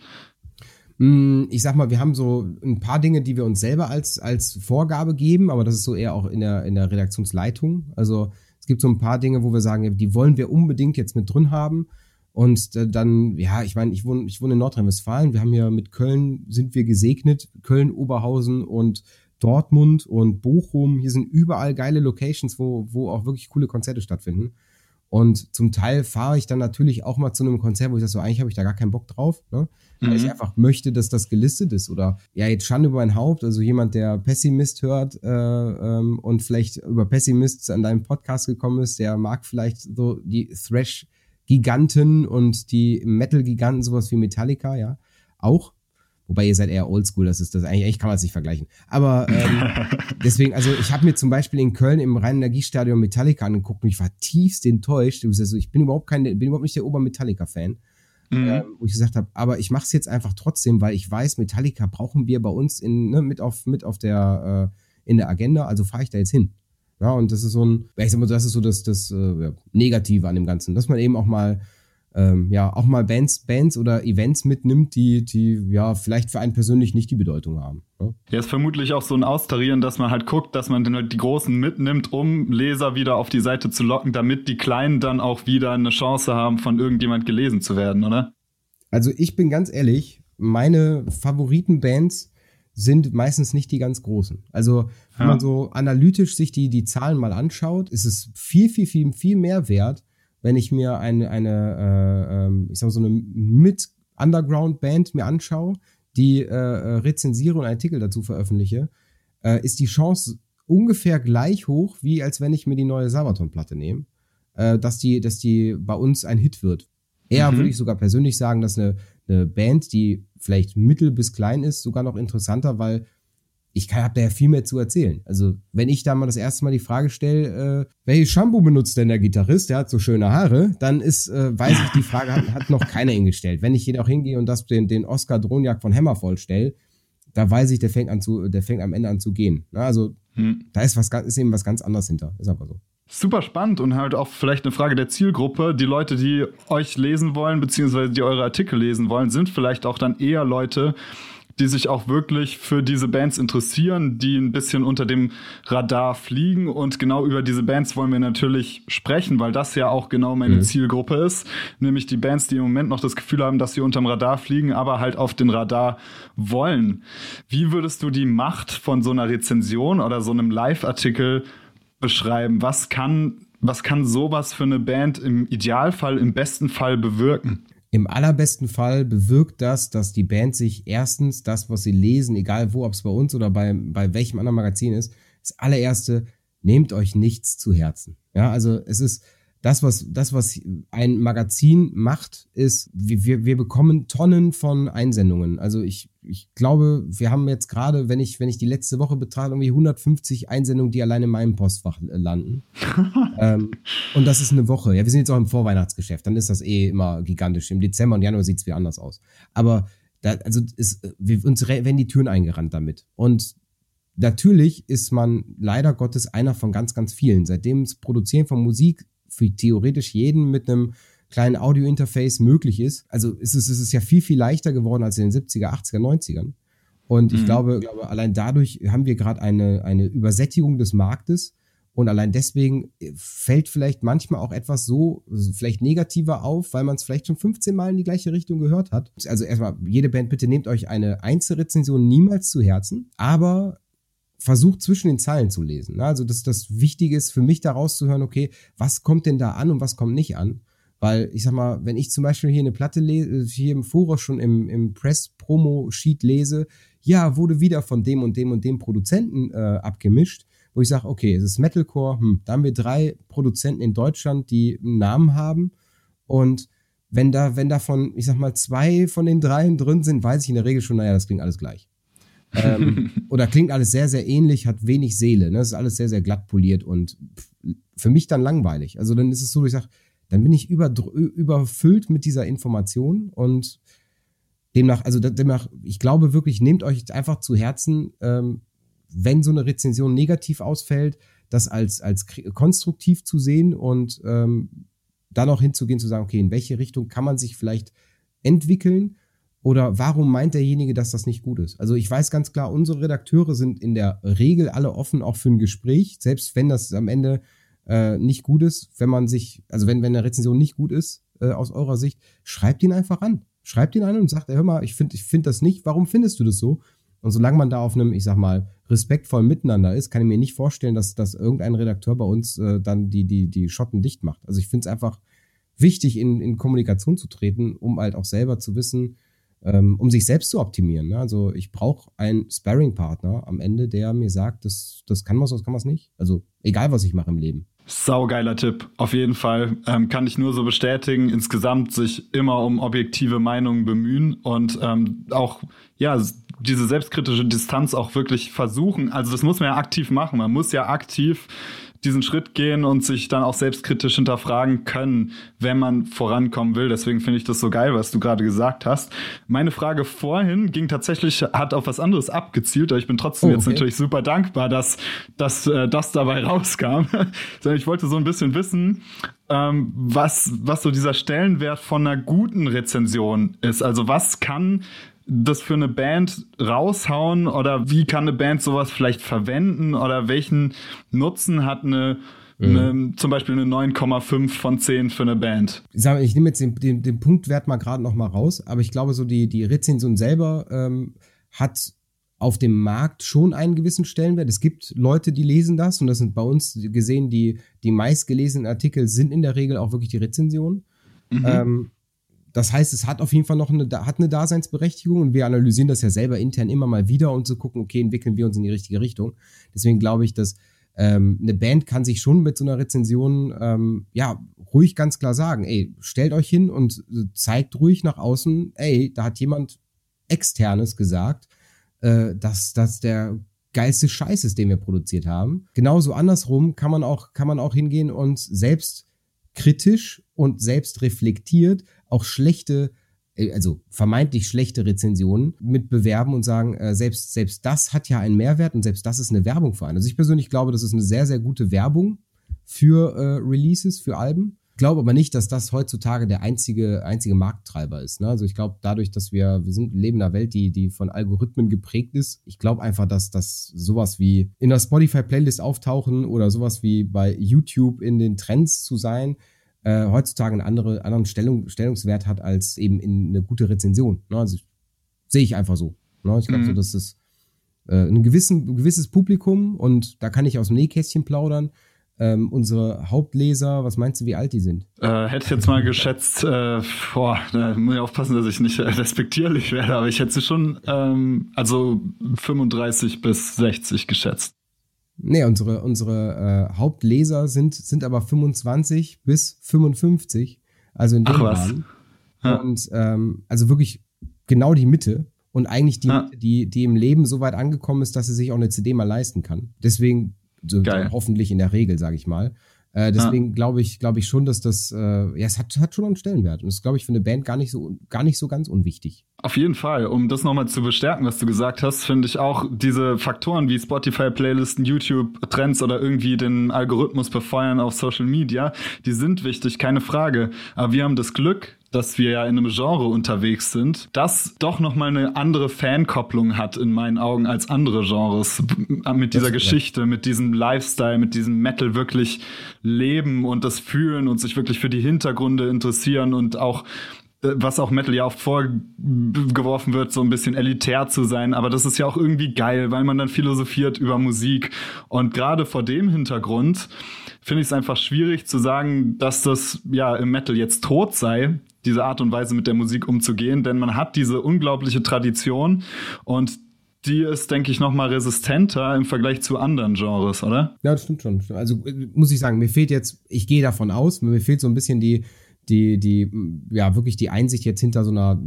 Ich sag mal, wir haben so ein paar Dinge, die wir uns selber als, als Vorgabe geben, aber das ist so eher auch in der, in der Redaktionsleitung. Also es gibt so ein paar Dinge, wo wir sagen, die wollen wir unbedingt jetzt mit drin haben. Und dann, ja, ich meine, ich wohne, ich wohne in Nordrhein-Westfalen. Wir haben hier mit Köln, sind wir gesegnet, Köln, Oberhausen und Dortmund und Bochum. Hier sind überall geile Locations, wo, wo auch wirklich coole Konzerte stattfinden. Und zum Teil fahre ich dann natürlich auch mal zu einem Konzert, wo ich sage, so eigentlich habe ich da gar keinen Bock drauf, ne? Weil mhm. ich einfach möchte, dass das gelistet ist. Oder ja, jetzt Schande über mein Haupt, also jemand, der Pessimist hört äh, ähm, und vielleicht über Pessimist an deinem Podcast gekommen ist, der mag vielleicht so die Thrash-Giganten und die Metal-Giganten, sowas wie Metallica, ja, auch. Wobei ihr seid eher oldschool, das ist das eigentlich, eigentlich kann man es nicht vergleichen. Aber ähm, deswegen, also ich habe mir zum Beispiel in Köln im Rhein-Energiestadion Metallica angeguckt und ich war tiefst enttäuscht. Also ich bin überhaupt kein, bin überhaupt nicht der Ober-Metallica-Fan. Mhm. Ähm, wo ich gesagt habe, aber ich mache es jetzt einfach trotzdem, weil ich weiß, Metallica brauchen wir bei uns in, ne, mit auf mit auf der äh, in der Agenda, also fahre ich da jetzt hin. Ja, und das ist so ein, ich sag mal, das ist so das, das äh, ja, Negative an dem Ganzen, dass man eben auch mal Ähm, ja, auch mal Bands, Bands oder Events mitnimmt, die, die ja vielleicht für einen persönlich nicht die Bedeutung haben. Ne? Ja, ist vermutlich auch so ein Austarieren, dass man halt guckt, dass man dann halt die Großen mitnimmt, um Leser wieder auf die Seite zu locken, damit die Kleinen dann auch wieder eine Chance haben, von irgendjemand gelesen zu werden, oder? Also ich bin ganz ehrlich, meine Favoritenbands sind meistens nicht die ganz großen. Also wenn ja. man so analytisch sich die, die Zahlen mal anschaut, ist es viel, viel, viel, viel mehr wert, wenn ich mir eine, eine äh, ich sag mal so eine Mid-Underground-Band mir anschaue, die äh, rezensiere und einen Artikel dazu veröffentliche, äh, ist die Chance ungefähr gleich hoch, wie als wenn ich mir die neue Sabaton-Platte nehme, äh, dass die, dass die bei uns ein Hit wird. Eher mhm. würde ich sogar persönlich sagen, dass eine, eine Band, die vielleicht mittel bis klein ist, sogar noch interessanter, weil ich habe da ja viel mehr zu erzählen. Also wenn ich da mal das erste Mal die Frage stelle, äh, welches Shampoo benutzt denn der Gitarrist, der hat so schöne Haare, dann ist, äh, weiß ich, die Frage hat, hat noch keiner ihn gestellt. Wenn ich jedoch hingehe und das den, den Oscar Droniak von Hammerfall stelle, da weiß ich, der fängt an zu, der fängt am Ende an zu gehen. Na, also hm. da ist was, ist eben was ganz anderes hinter. Ist aber so. Super spannend und halt auch vielleicht eine Frage der Zielgruppe. Die Leute, die euch lesen wollen, beziehungsweise die eure Artikel lesen wollen, sind vielleicht auch dann eher Leute, die sich auch wirklich für diese Bands interessieren, die ein bisschen unter dem Radar fliegen. Und genau über diese Bands wollen wir natürlich sprechen, weil das ja auch genau meine mhm. Zielgruppe ist. Nämlich die Bands, die im Moment noch das Gefühl haben, dass sie unterm Radar fliegen, aber halt auf den Radar wollen. Wie würdest du die Macht von so einer Rezension oder so einem Live-Artikel beschreiben? Was kann, was kann sowas für eine Band im Idealfall, im besten Fall bewirken? Im allerbesten Fall bewirkt das, dass die Band sich erstens das, was sie lesen, egal wo, ob es bei uns oder bei, bei welchem anderen Magazin ist, das allererste, nehmt euch nichts zu Herzen. Ja, also es ist das, was, das, was ein Magazin macht, ist, wir, wir bekommen Tonnen von Einsendungen. Also ich, ich glaube, wir haben jetzt gerade, wenn ich, wenn ich die letzte Woche betrachte, irgendwie hundertfünfzig Einsendungen, die allein in meinem Postfach landen. ähm, und das ist eine Woche. Ja, wir sind jetzt auch im Vorweihnachtsgeschäft. Dann ist das eh immer gigantisch. Im Dezember und Januar sieht es wieder anders aus. Aber da, also ist, wir, uns werden die Türen eingerannt damit. Und natürlich ist man leider Gottes einer von ganz, ganz vielen. Seitdem das Produzieren von Musik für theoretisch jeden mit einem kleinen Audio-Interface möglich ist. Also ist es, ist es ja viel, viel leichter geworden als in den siebziger, achtziger, neunzigern. Und ich mhm. glaube, glaube, allein dadurch haben wir gerade eine, eine Übersättigung des Marktes. Und allein deswegen fällt vielleicht manchmal auch etwas so, vielleicht negativer auf, weil man es vielleicht schon fünfzehn Mal in die gleiche Richtung gehört hat. Also erstmal, jede Band, bitte nehmt euch eine Einzelrezension niemals zu Herzen, aber versucht zwischen den Zeilen zu lesen. Also das, das Wichtige ist für mich da rauszuhören, okay, was kommt denn da an und was kommt nicht an? Weil ich sag mal, wenn ich zum Beispiel hier eine Platte lese, hier im Voraus schon im, im Press-Promo-Sheet lese, ja, wurde wieder von dem und dem und dem Produzenten äh, abgemischt, wo ich sage, okay, es ist Metalcore, hm, da haben wir drei Produzenten in Deutschland, die einen Namen haben und wenn da, wenn davon, ich sag mal, zwei von den dreien drin sind, weiß ich in der Regel schon, naja, das klingt alles gleich. ähm, oder klingt alles sehr, sehr ähnlich, hat wenig Seele, ne? Das ist alles sehr, sehr glatt poliert und für mich dann langweilig. Also dann ist es so, ich sag, dann bin ich über, überfüllt mit dieser Information und demnach, also demnach, ich glaube wirklich, nehmt euch einfach zu Herzen, ähm, wenn so eine Rezension negativ ausfällt, das als, als konstruktiv zu sehen und ähm, dann auch hinzugehen, zu sagen, okay, in welche Richtung kann man sich vielleicht entwickeln oder warum meint derjenige, dass das nicht gut ist? Also ich weiß ganz klar, unsere Redakteure sind in der Regel alle offen, auch für ein Gespräch, selbst wenn das am Ende äh, nicht gut ist, wenn man sich, also wenn, wenn eine Rezension nicht gut ist, äh, aus eurer Sicht, schreibt ihn einfach an. Schreibt ihn an und sagt, hör mal, ich finde ich finde das nicht, warum findest du das so? Und solange man da auf einem, ich sag mal, respektvollen Miteinander ist, kann ich mir nicht vorstellen, dass, dass irgendein Redakteur bei uns äh, dann die, die, die Schotten dicht macht. Also ich finde es einfach wichtig, in, in Kommunikation zu treten, um halt auch selber zu wissen, ähm, um sich selbst zu optimieren. Ne? Also ich brauche einen Sparring-Partner am Ende, der mir sagt, das, das kann man so, das kann man es nicht. Also egal, was ich mache im Leben. Saugeiler Tipp, auf jeden Fall. Ähm, kann ich nur so bestätigen. Insgesamt sich immer um objektive Meinungen bemühen und ähm, auch, ja, diese selbstkritische Distanz auch wirklich versuchen. Also das muss man ja aktiv machen. Man muss ja aktiv diesen Schritt gehen und sich dann auch selbstkritisch hinterfragen können, wenn man vorankommen will. Deswegen finde ich das so geil, was du gerade gesagt hast. Meine Frage vorhin ging tatsächlich, hat auf was anderes abgezielt, aber ich bin trotzdem oh, okay. jetzt natürlich super dankbar, dass, dass äh, das dabei rauskam. Ich wollte so ein bisschen wissen, ähm, was, was so dieser Stellenwert von einer guten Rezension ist. Also was kann das für eine Band raushauen oder wie kann eine Band sowas vielleicht verwenden oder welchen Nutzen hat eine, mhm. eine zum Beispiel eine neun Komma fünf von zehn für eine Band? Ich sage, ich nehme jetzt den, den, den Punktwert mal gerade noch mal raus, aber ich glaube so die, die Rezension selber ähm, hat auf dem Markt schon einen gewissen Stellenwert. Es gibt Leute, die lesen das und das sind bei uns gesehen, die, die meistgelesenen Artikel sind in der Regel auch wirklich die Rezensionen. Mhm. Ähm, Das heißt, es hat auf jeden Fall noch eine, hat eine Daseinsberechtigung und wir analysieren das ja selber intern immer mal wieder, um zu gucken, okay, entwickeln wir uns in die richtige Richtung. Deswegen glaube ich, dass ähm, eine Band kann sich schon mit so einer Rezension ähm, ja ruhig ganz klar sagen, ey, stellt euch hin und zeigt ruhig nach außen, ey, da hat jemand Externes gesagt, äh, dass das der geilste Scheiß ist, den wir produziert haben. Genauso andersrum kann man auch, kann man auch hingehen und selbst kritisch und selbst reflektiert auch schlechte, also vermeintlich schlechte Rezensionen mit bewerben und sagen, äh, selbst, selbst das hat ja einen Mehrwert und selbst das ist eine Werbung für einen. Also ich persönlich glaube, das ist eine sehr, sehr gute Werbung für äh, Releases, für Alben. Ich glaube aber nicht, dass das heutzutage der einzige, einzige Markttreiber ist. Ne? Also ich glaube, dadurch, dass wir, wir sind, leben in einer Welt, die, die von Algorithmen geprägt ist. Ich glaube einfach, dass das sowas wie in der Spotify-Playlist auftauchen oder sowas wie bei YouTube in den Trends zu sein, äh, heutzutage einen andere, anderen Stellung, Stellungswert hat als eben in eine gute Rezension. Ne? Also sehe ich einfach so. Ne? Ich glaube mhm. so, dass das äh, ein, gewissen, ein gewisses Publikum und da kann ich aus dem Nähkästchen plaudern. Ähm, unsere Hauptleser, was meinst du, wie alt die sind? Äh, hätte ich jetzt mal geschätzt, äh, boah, da muss ich aufpassen, dass ich nicht äh, respektierlich werde, aber ich hätte sie schon, ähm, also fünfunddreißig bis sechzig geschätzt. Nee, unsere, unsere äh, Hauptleser sind, sind aber fünfundzwanzig bis fünfundfünfzig, also in dem Ach was. Rahmen. Ja. Und ähm, also wirklich genau die Mitte und eigentlich die ja. Mitte, die, die im Leben so weit angekommen ist, dass sie sich auch eine C D mal leisten kann. Deswegen so, hoffentlich in der Regel, sage ich mal. Äh, deswegen ja. glaube ich, glaube ich schon, dass das, äh, ja, es hat, hat schon einen Stellenwert. Und das ist, glaube ich, für eine Band gar nicht so, gar nicht so ganz unwichtig. Auf jeden Fall. Um das nochmal zu bestärken, was du gesagt hast, finde ich auch diese Faktoren wie Spotify-Playlisten, YouTube-Trends oder irgendwie den Algorithmus befeuern auf Social Media, die sind wichtig, keine Frage. Aber wir haben das Glück, dass wir ja in einem Genre unterwegs sind, das doch nochmal eine andere Fankopplung hat in meinen Augen als andere Genres. Mit dieser Geschichte, mit diesem Lifestyle, mit diesem Metal wirklich leben und das fühlen und sich wirklich für die Hintergründe interessieren und auch was auch Metal ja oft vorgeworfen wird, so ein bisschen elitär zu sein. Aber das ist ja auch irgendwie geil, weil man dann philosophiert über Musik. Und gerade vor dem Hintergrund finde ich es einfach schwierig zu sagen, dass das ja im Metal jetzt tot sei, diese Art und Weise mit der Musik umzugehen. Denn man hat diese unglaubliche Tradition und die ist, denke ich, noch mal resistenter im Vergleich zu anderen Genres, oder? Ja, das stimmt schon. Also muss ich sagen, mir fehlt jetzt, ich gehe davon aus, mir fehlt so ein bisschen die die, die, ja, wirklich die Einsicht jetzt hinter so einer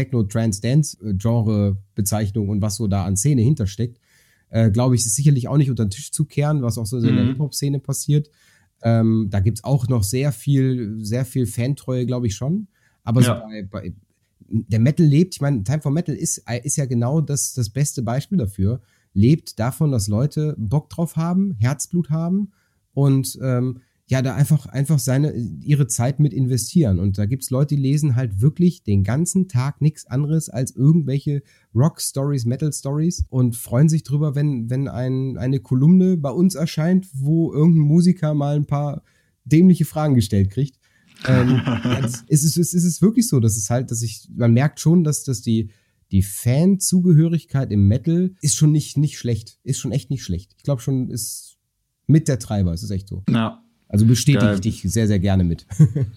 Techno-Trance-Dance-Genre-Bezeichnung und was so da an Szene hintersteckt, äh, glaube ich, ist sicherlich auch nicht unter den Tisch zu kehren, was auch so in der mhm. Hip-Hop-Szene passiert. Ähm, da gibt's auch noch sehr viel, sehr viel Fantreue, glaube ich schon. Aber ja. so bei, bei, der Metal lebt, ich meine, Time for Metal ist, ist ja genau das, das beste Beispiel dafür, lebt davon, dass Leute Bock drauf haben, Herzblut haben und, ähm, ja, da einfach einfach seine ihre Zeit mit investieren. Und da gibt's Leute, die lesen halt wirklich den ganzen Tag nichts anderes als irgendwelche Rock-Stories, Metal-Stories und freuen sich drüber, wenn wenn ein eine Kolumne bei uns erscheint, wo irgendein Musiker mal ein paar dämliche Fragen gestellt kriegt. ähm, ja, es, ist, es ist wirklich so, dass es halt, dass ich, man merkt schon, dass dass die die Fan-Zugehörigkeit im Metal ist schon nicht, nicht schlecht. Ist schon echt nicht schlecht. Ich glaube schon, ist mit der Treiber. Es ist echt so. Ja. Also bestätige ich dich sehr, sehr gerne mit.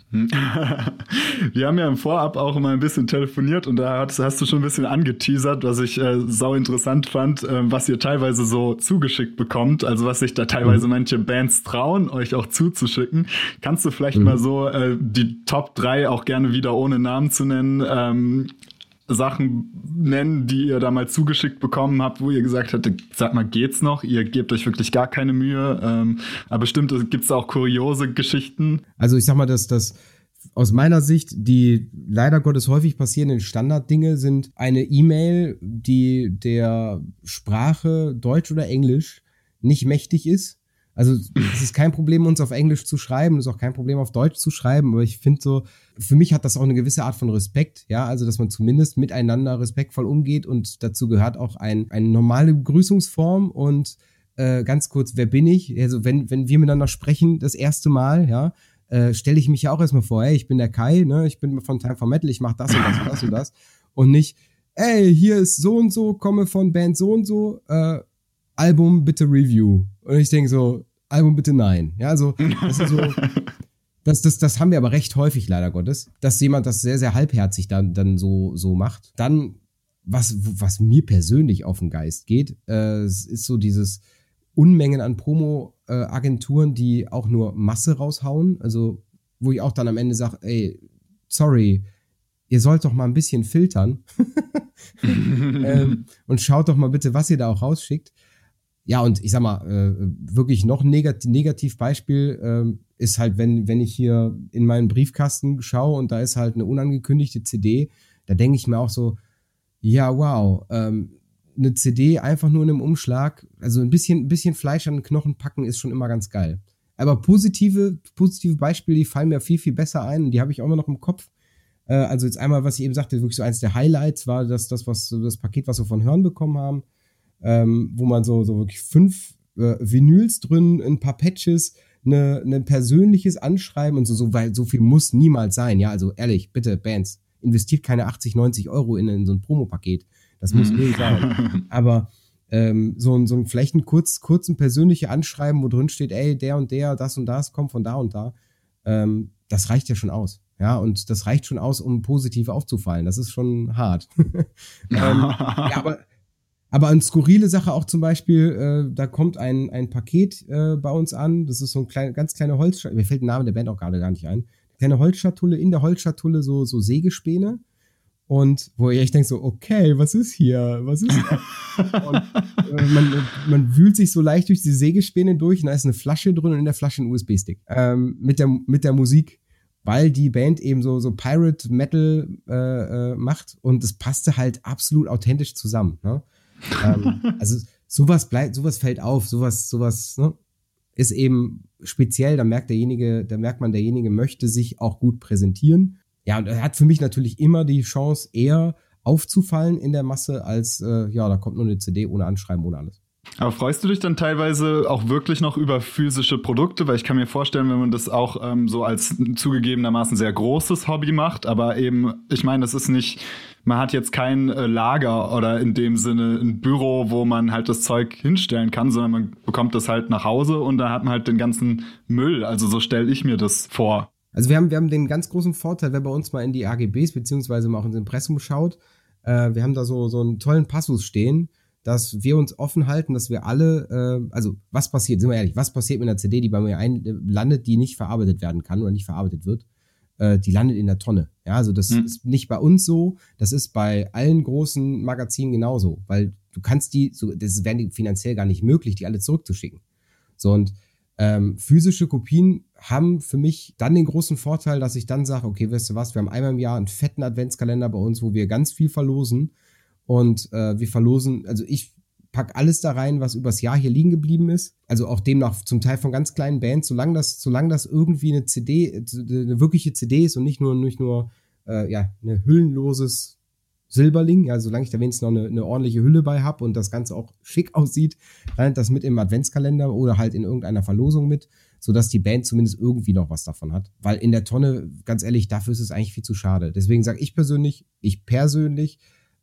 Wir haben ja im Vorab auch immer ein bisschen telefoniert und da hast, hast du schon ein bisschen angeteasert, was ich äh, sau interessant fand, äh, was ihr teilweise so zugeschickt bekommt, also was sich da teilweise mhm. manche Bands trauen, euch auch zuzuschicken. Kannst du vielleicht mhm. mal so äh, die Top drei, auch gerne wieder ohne Namen zu nennen, ähm, Sachen nennen, die ihr da mal zugeschickt bekommen habt, wo ihr gesagt habt, sag mal, geht's noch? Ihr gebt euch wirklich gar keine Mühe. Ähm, aber bestimmt gibt's auch kuriose Geschichten. Also ich sag mal, dass das aus meiner Sicht die leider Gottes häufig passierenden Standarddinge sind eine E-Mail, die der Sprache Deutsch oder Englisch nicht mächtig ist. Also es ist kein Problem, uns auf Englisch zu schreiben, es ist auch kein Problem, auf Deutsch zu schreiben, aber ich finde so, für mich hat das auch eine gewisse Art von Respekt, ja, also dass man zumindest miteinander respektvoll umgeht und dazu gehört auch ein, eine normale Begrüßungsform und äh, ganz kurz, wer bin ich? Also wenn wenn wir miteinander sprechen das erste Mal, ja, äh, stelle ich mich ja auch erstmal vor, hey, ich bin der Kai, ne, ich bin von Time for Metal, ich mache das und das und das und das und nicht, ey, hier ist so und so, komme von Band so und so, äh, Album bitte Review. Und ich denke so, Album bitte nein. Ja, also das ist so, das, das, das haben wir aber recht häufig leider Gottes, dass jemand das sehr, sehr halbherzig dann, dann so, so macht. Dann, was, was mir persönlich auf den Geist geht, äh, ist so dieses Unmengen an Promo-Agenturen, die auch nur Masse raushauen. Also, wo ich auch dann am Ende sage, ey, sorry, ihr sollt doch mal ein bisschen filtern ähm, und schaut doch mal bitte, was ihr da auch rausschickt. Ja, und ich sag mal, äh, wirklich noch ein Negat- Negativbeispiel äh, ist halt, wenn wenn ich hier in meinen Briefkasten schaue und da ist halt eine unangekündigte C D, da denke ich mir auch so, ja, wow, ähm, eine C D einfach nur in einem Umschlag, also ein bisschen, ein bisschen Fleisch an den Knochen packen ist schon immer ganz geil. Aber positive, positive Beispiele, die fallen mir viel, viel besser ein und die habe ich auch immer noch im Kopf. Äh, also jetzt einmal, was ich eben sagte, wirklich so eins der Highlights war das, das, was, das Paket, was wir von Hören bekommen haben. Ähm, wo man so, so wirklich fünf äh, Vinyls drin, ein paar Patches, ne, ne persönliches Anschreiben und so, so, weil so viel muss niemals sein. Ja, also ehrlich, bitte, Bands, investiert keine achtzig, neunzig Euro in, in so ein Promopaket. Das muss nicht sein. Aber ähm, so ein, so ein vielleicht ein kurz, kurzen persönliche Anschreiben, wo drin steht, ey, der und der, das und das kommt von da und da, ähm, das reicht ja schon aus. Ja, und das reicht schon aus, um positiv aufzufallen. Das ist schon hart. ähm, ja, aber Aber eine skurrile Sache auch zum Beispiel, äh, da kommt ein ein Paket äh, bei uns an, das ist so ein klein, ganz kleine Holzschatulle, mir fällt der Name der Band auch gerade gar nicht ein, kleine Holzschatulle, in der Holzschatulle so so Sägespäne und wo ich echt denke so, okay, was ist hier, was ist hier? Und äh, man, man wühlt sich so leicht durch die Sägespäne durch und da ist eine Flasche drin und in der Flasche ein U S B-Stick ähm, mit der mit der Musik, weil die Band eben so so Pirate Metal äh, äh, macht und es passte halt absolut authentisch zusammen, ne? ähm, also sowas bleibt, sowas fällt auf, sowas, sowas ne, ist eben speziell. Da merkt derjenige, da merkt man, derjenige möchte sich auch gut präsentieren. Ja, und er hat für mich natürlich immer die Chance, eher aufzufallen in der Masse, als äh, ja, da kommt nur eine C D ohne Anschreiben, ohne alles. Aber freust du dich dann teilweise auch wirklich noch über physische Produkte? Weil ich kann mir vorstellen, wenn man das auch ähm, so als zugegebenermaßen sehr großes Hobby macht, aber eben, ich meine, das ist nicht, man hat jetzt kein äh, Lager oder in dem Sinne ein Büro, wo man halt das Zeug hinstellen kann, sondern man bekommt das halt nach Hause und da hat man halt den ganzen Müll. Also so stelle ich mir das vor. Also wir haben, wir haben den ganz großen Vorteil, wer bei uns mal in die A G Bs beziehungsweise mal auch ins Impressum schaut, äh, wir haben da so, so einen tollen Passus stehen, dass wir uns offen halten, dass wir alle, äh, also was passiert, sind wir ehrlich, was passiert mit einer C D, die bei mir ein, äh, landet, die nicht verarbeitet werden kann oder nicht verarbeitet wird, äh, die landet in der Tonne. Ja, also das hm. ist nicht bei uns so, das ist bei allen großen Magazinen genauso, weil du kannst die, so, das wäre die finanziell gar nicht möglich, die alle zurückzuschicken. So, und ähm, physische Kopien haben für mich dann den großen Vorteil, dass ich dann sage, okay, weißt du was, wir haben einmal im Jahr einen fetten Adventskalender bei uns, wo wir ganz viel verlosen. Und äh, wir verlosen, also ich pack alles da rein, was übers Jahr hier liegen geblieben ist. Also auch demnach zum Teil von ganz kleinen Bands, solange das, solange das irgendwie eine C D, eine wirkliche C D ist und nicht nur, nicht nur äh, ja, eine hüllenloses Silberling, ja, solange ich da wenigstens noch eine, eine ordentliche Hülle bei habe und das Ganze auch schick aussieht, landet das mit im Adventskalender oder halt in irgendeiner Verlosung mit, sodass die Band zumindest irgendwie noch was davon hat. Weil in der Tonne, ganz ehrlich, dafür ist es eigentlich viel zu schade. Deswegen sage ich persönlich, ich persönlich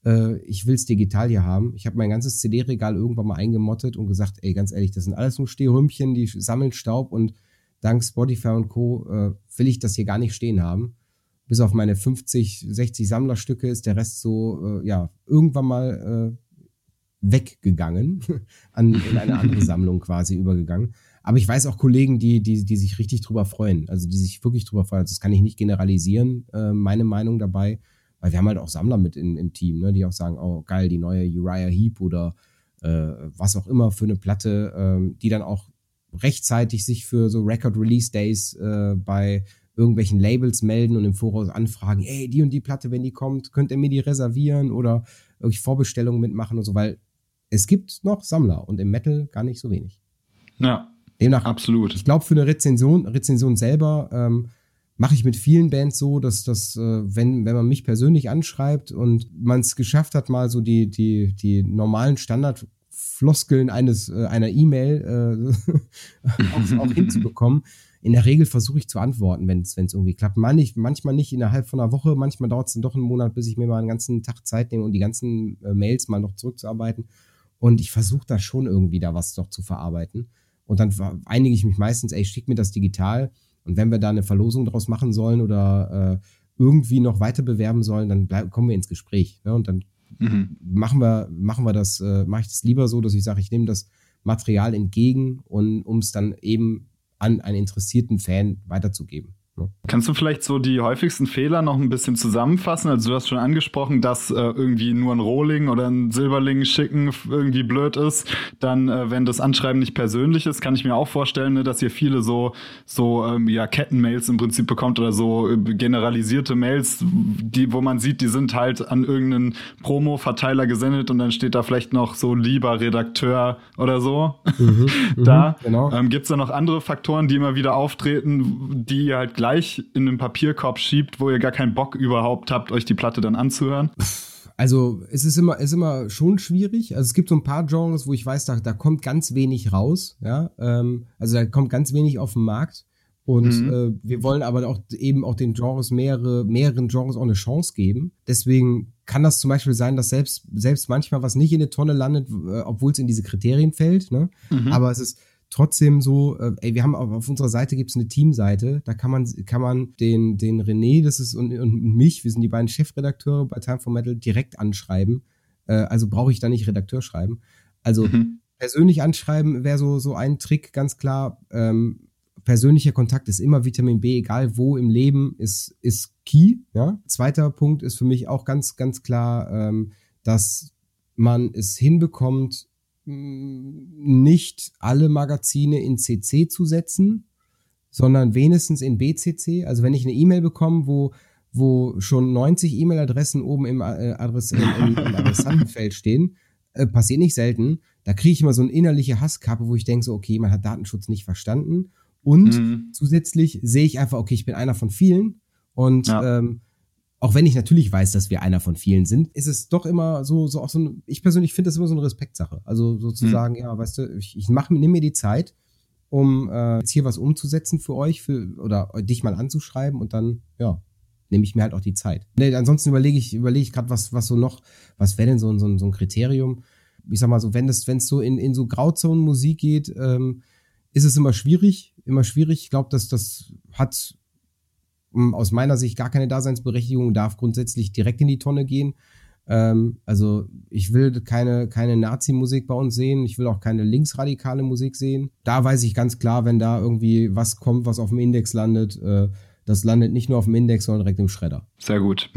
äh, ich will's digital hier haben. Ich habe mein ganzes C D-Regal irgendwann mal eingemottet und gesagt, ey, ganz ehrlich, das sind alles nur Stehrümpchen, die sammeln Staub und dank Spotify und Co. Äh, will ich das hier gar nicht stehen haben. Bis auf meine fünfzig, sechzig Sammlerstücke ist der Rest so, äh, ja, irgendwann mal äh, weggegangen, an, in eine andere Sammlung quasi übergegangen. Aber ich weiß auch Kollegen, die, die, die sich richtig drüber freuen, also die sich wirklich drüber freuen. Also das kann ich nicht generalisieren, äh, meine Meinung dabei, weil wir haben halt auch Sammler mit in, im Team, ne, die auch sagen, oh geil, die neue Uriah Heep oder äh, was auch immer für eine Platte, äh, die dann auch rechtzeitig sich für so Record-Release-Days äh, bei irgendwelchen Labels melden und im Voraus anfragen, ey, die und die Platte, wenn die kommt, könnt ihr mir die reservieren oder irgendwie Vorbestellungen mitmachen und so, weil es gibt noch Sammler und im Metal gar nicht so wenig. Ja, demnach, absolut. Ich glaube, für eine Rezension, Rezension selber ähm, mache ich mit vielen Bands so, dass das, äh, wenn wenn man mich persönlich anschreibt und man es geschafft hat, mal so die die die normalen Standardfloskeln eines äh, einer E-Mail äh, auch, auch hinzubekommen. In der Regel versuche ich zu antworten, wenn es irgendwie klappt. Man nicht, manchmal nicht innerhalb von einer Woche, manchmal dauert es dann doch einen Monat, bis ich mir mal einen ganzen Tag Zeit nehme, um die ganzen äh, Mails mal noch zurückzuarbeiten. Und ich versuche da schon irgendwie da was doch zu verarbeiten. Und dann einige ich mich meistens, ey, schick mir das digital. Und wenn wir da eine Verlosung draus machen sollen oder äh, irgendwie noch weiter bewerben sollen, dann bleib, kommen wir ins Gespräch. Ne? Und dann mhm. machen wir, machen wir das, äh, mache ich das lieber so, dass ich sage, ich nehme das Material entgegen und um es dann eben an einen interessierten Fan weiterzugeben. Ja. Kannst du vielleicht so die häufigsten Fehler noch ein bisschen zusammenfassen? Also du hast schon angesprochen, dass äh, irgendwie nur ein Rohling oder ein Silberling schicken irgendwie blöd ist. Dann, äh, wenn das Anschreiben nicht persönlich ist, kann ich mir auch vorstellen, ne, dass ihr viele so so ähm, ja Kettenmails im Prinzip bekommt oder so äh, generalisierte Mails, die wo man sieht, die sind halt an irgendeinen Promo-Verteiler gesendet und dann steht da vielleicht noch so lieber Redakteur oder so. Mhm, da genau. ähm, gibt's da noch andere Faktoren, die immer wieder auftreten, die ihr halt gleich in den Papierkorb schiebt, wo ihr gar keinen Bock überhaupt habt, euch die Platte dann anzuhören? Also es ist immer, ist immer schon schwierig. Also es gibt so ein paar Genres, wo ich weiß, da, da kommt ganz wenig raus. Ja, ähm, also da kommt ganz wenig auf den Markt. Und mhm. äh, wir wollen aber auch eben auch den Genres mehrere, mehreren Genres auch eine Chance geben. Deswegen kann das zum Beispiel sein, dass selbst selbst manchmal was nicht in eine Tonne landet, äh, obwohl es in diese Kriterien fällt. Ne? Mhm. Aber es ist trotzdem so, äh, ey, wir haben auf, auf unserer Seite gibt's eine Teamseite, da kann man kann man den den René, das ist und, und mich, wir sind die beiden Chefredakteure bei Time for Metal, direkt anschreiben. Äh, also brauche ich da nicht Redakteur schreiben. Also mhm. persönlich anschreiben wäre so so ein Trick, ganz klar. Ähm, persönlicher Kontakt ist immer Vitamin B, egal wo im Leben, ist ist key. Ja. Zweiter Punkt ist für mich auch ganz ganz klar, ähm, dass man es hinbekommt, nicht alle Magazine in C C zu setzen, sondern wenigstens in B C C. Also wenn ich eine E-Mail bekomme, wo wo schon neunzig E-Mail-Adressen oben im, äh, Adress, im, im, im Adressantenfeld stehen, äh, passiert nicht selten, da kriege ich immer so eine innerliche Hasskappe, wo ich denke so, okay, man hat Datenschutz nicht verstanden und mhm. zusätzlich sehe ich einfach, okay, ich bin einer von vielen und ja. ähm, auch wenn ich natürlich weiß, dass wir einer von vielen sind, ist es doch immer so, so auch so ein, ich persönlich finde das immer so eine Respektsache. Also sozusagen, hm. ja, weißt du, ich, ich mache, nehme mir die Zeit, um äh, jetzt hier was umzusetzen für euch, für, oder dich mal anzuschreiben und dann, ja, nehme ich mir halt auch die Zeit. Nee, ansonsten überlege ich, überlege ich gerade, was, was so noch, was wäre denn so, so, so ein Kriterium? Ich sag mal so, wenn es, wenn es so in, in so Grauzonenmusik geht, ähm, ist es immer schwierig, immer schwierig. Ich glaube, dass das hat aus meiner Sicht gar keine Daseinsberechtigung, darf grundsätzlich direkt in die Tonne gehen. Ähm, also ich will keine keine Nazi-Musik bei uns sehen, ich will auch keine linksradikale Musik sehen. Da weiß ich ganz klar, wenn da irgendwie was kommt, was auf dem Index landet, äh, das landet nicht nur auf dem Index, sondern direkt im Schredder. Sehr gut.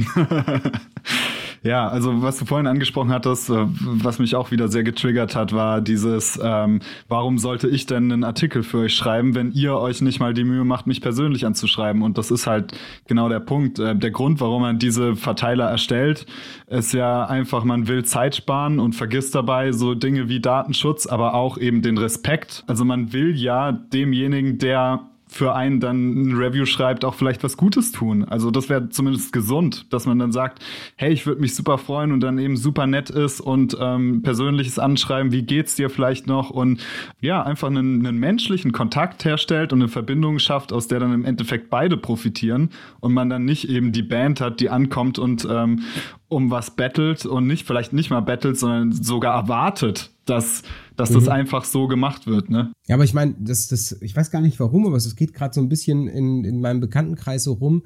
Ja, also was du vorhin angesprochen hattest, was mich auch wieder sehr getriggert hat, war dieses, ähm, warum sollte ich denn einen Artikel für euch schreiben, wenn ihr euch nicht mal die Mühe macht, mich persönlich anzuschreiben? Und das ist halt genau der Punkt. Äh, der Grund, warum man diese Verteiler erstellt, ist ja einfach, man will Zeit sparen und vergisst dabei so Dinge wie Datenschutz, aber auch eben den Respekt. Also man will ja demjenigen, der für einen dann ein Review schreibt, auch vielleicht was Gutes tun. Also das wäre zumindest gesund, dass man dann sagt, hey, ich würde mich super freuen und dann eben super nett ist und ähm, persönliches Anschreiben, wie geht's dir vielleicht noch und ja, einfach einen, einen menschlichen Kontakt herstellt und eine Verbindung schafft, aus der dann im Endeffekt beide profitieren und man dann nicht eben die Band hat, die ankommt und ähm, um was bettelt und nicht, vielleicht nicht mal bettelt, sondern sogar erwartet, dass, dass mhm. das einfach so gemacht wird, ne? Ja, aber ich meine, das, das, ich weiß gar nicht warum, aber es geht gerade so ein bisschen in, in meinem Bekanntenkreis so rum.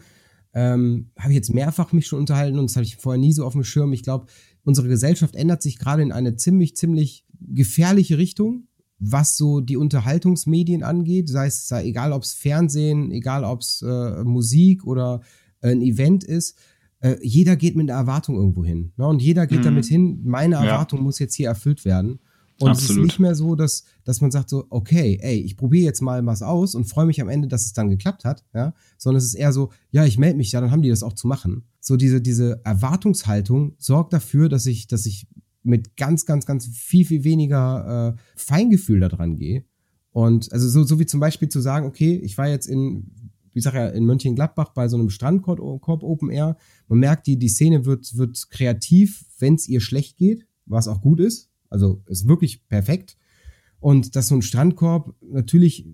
Ähm, habe ich jetzt mehrfach mich schon unterhalten und das hatte ich vorher nie so auf dem Schirm. Ich glaube, unsere Gesellschaft ändert sich gerade in eine ziemlich, ziemlich gefährliche Richtung, was so die Unterhaltungsmedien angeht. Sei es, sei, egal ob es Fernsehen, egal ob es äh, Musik oder äh, ein Event ist. Äh, jeder geht mit einer Erwartung irgendwo hin. Ne? Und jeder geht mhm. damit hin, meine Erwartung ja. muss jetzt hier erfüllt werden. Und Absolut. Es ist nicht mehr so, dass, dass man sagt so, okay, ey, ich probiere jetzt mal was aus und freue mich am Ende, dass es dann geklappt hat, ja, sondern es ist eher so, ja, ich melde mich, ja, dann haben die das auch zu machen. So diese, diese Erwartungshaltung sorgt dafür, dass ich, dass ich mit ganz, ganz, ganz viel, viel weniger äh, Feingefühl da dran gehe. Und also so, so wie zum Beispiel zu sagen, okay, ich war jetzt in, wie sag ja, in Mönchengladbach bei so einem Strandkorb Open Air. Man merkt, die, die Szene wird, wird kreativ, wenn es ihr schlecht geht, was auch gut ist. Also ist wirklich perfekt. Und dass so ein Strandkorb natürlich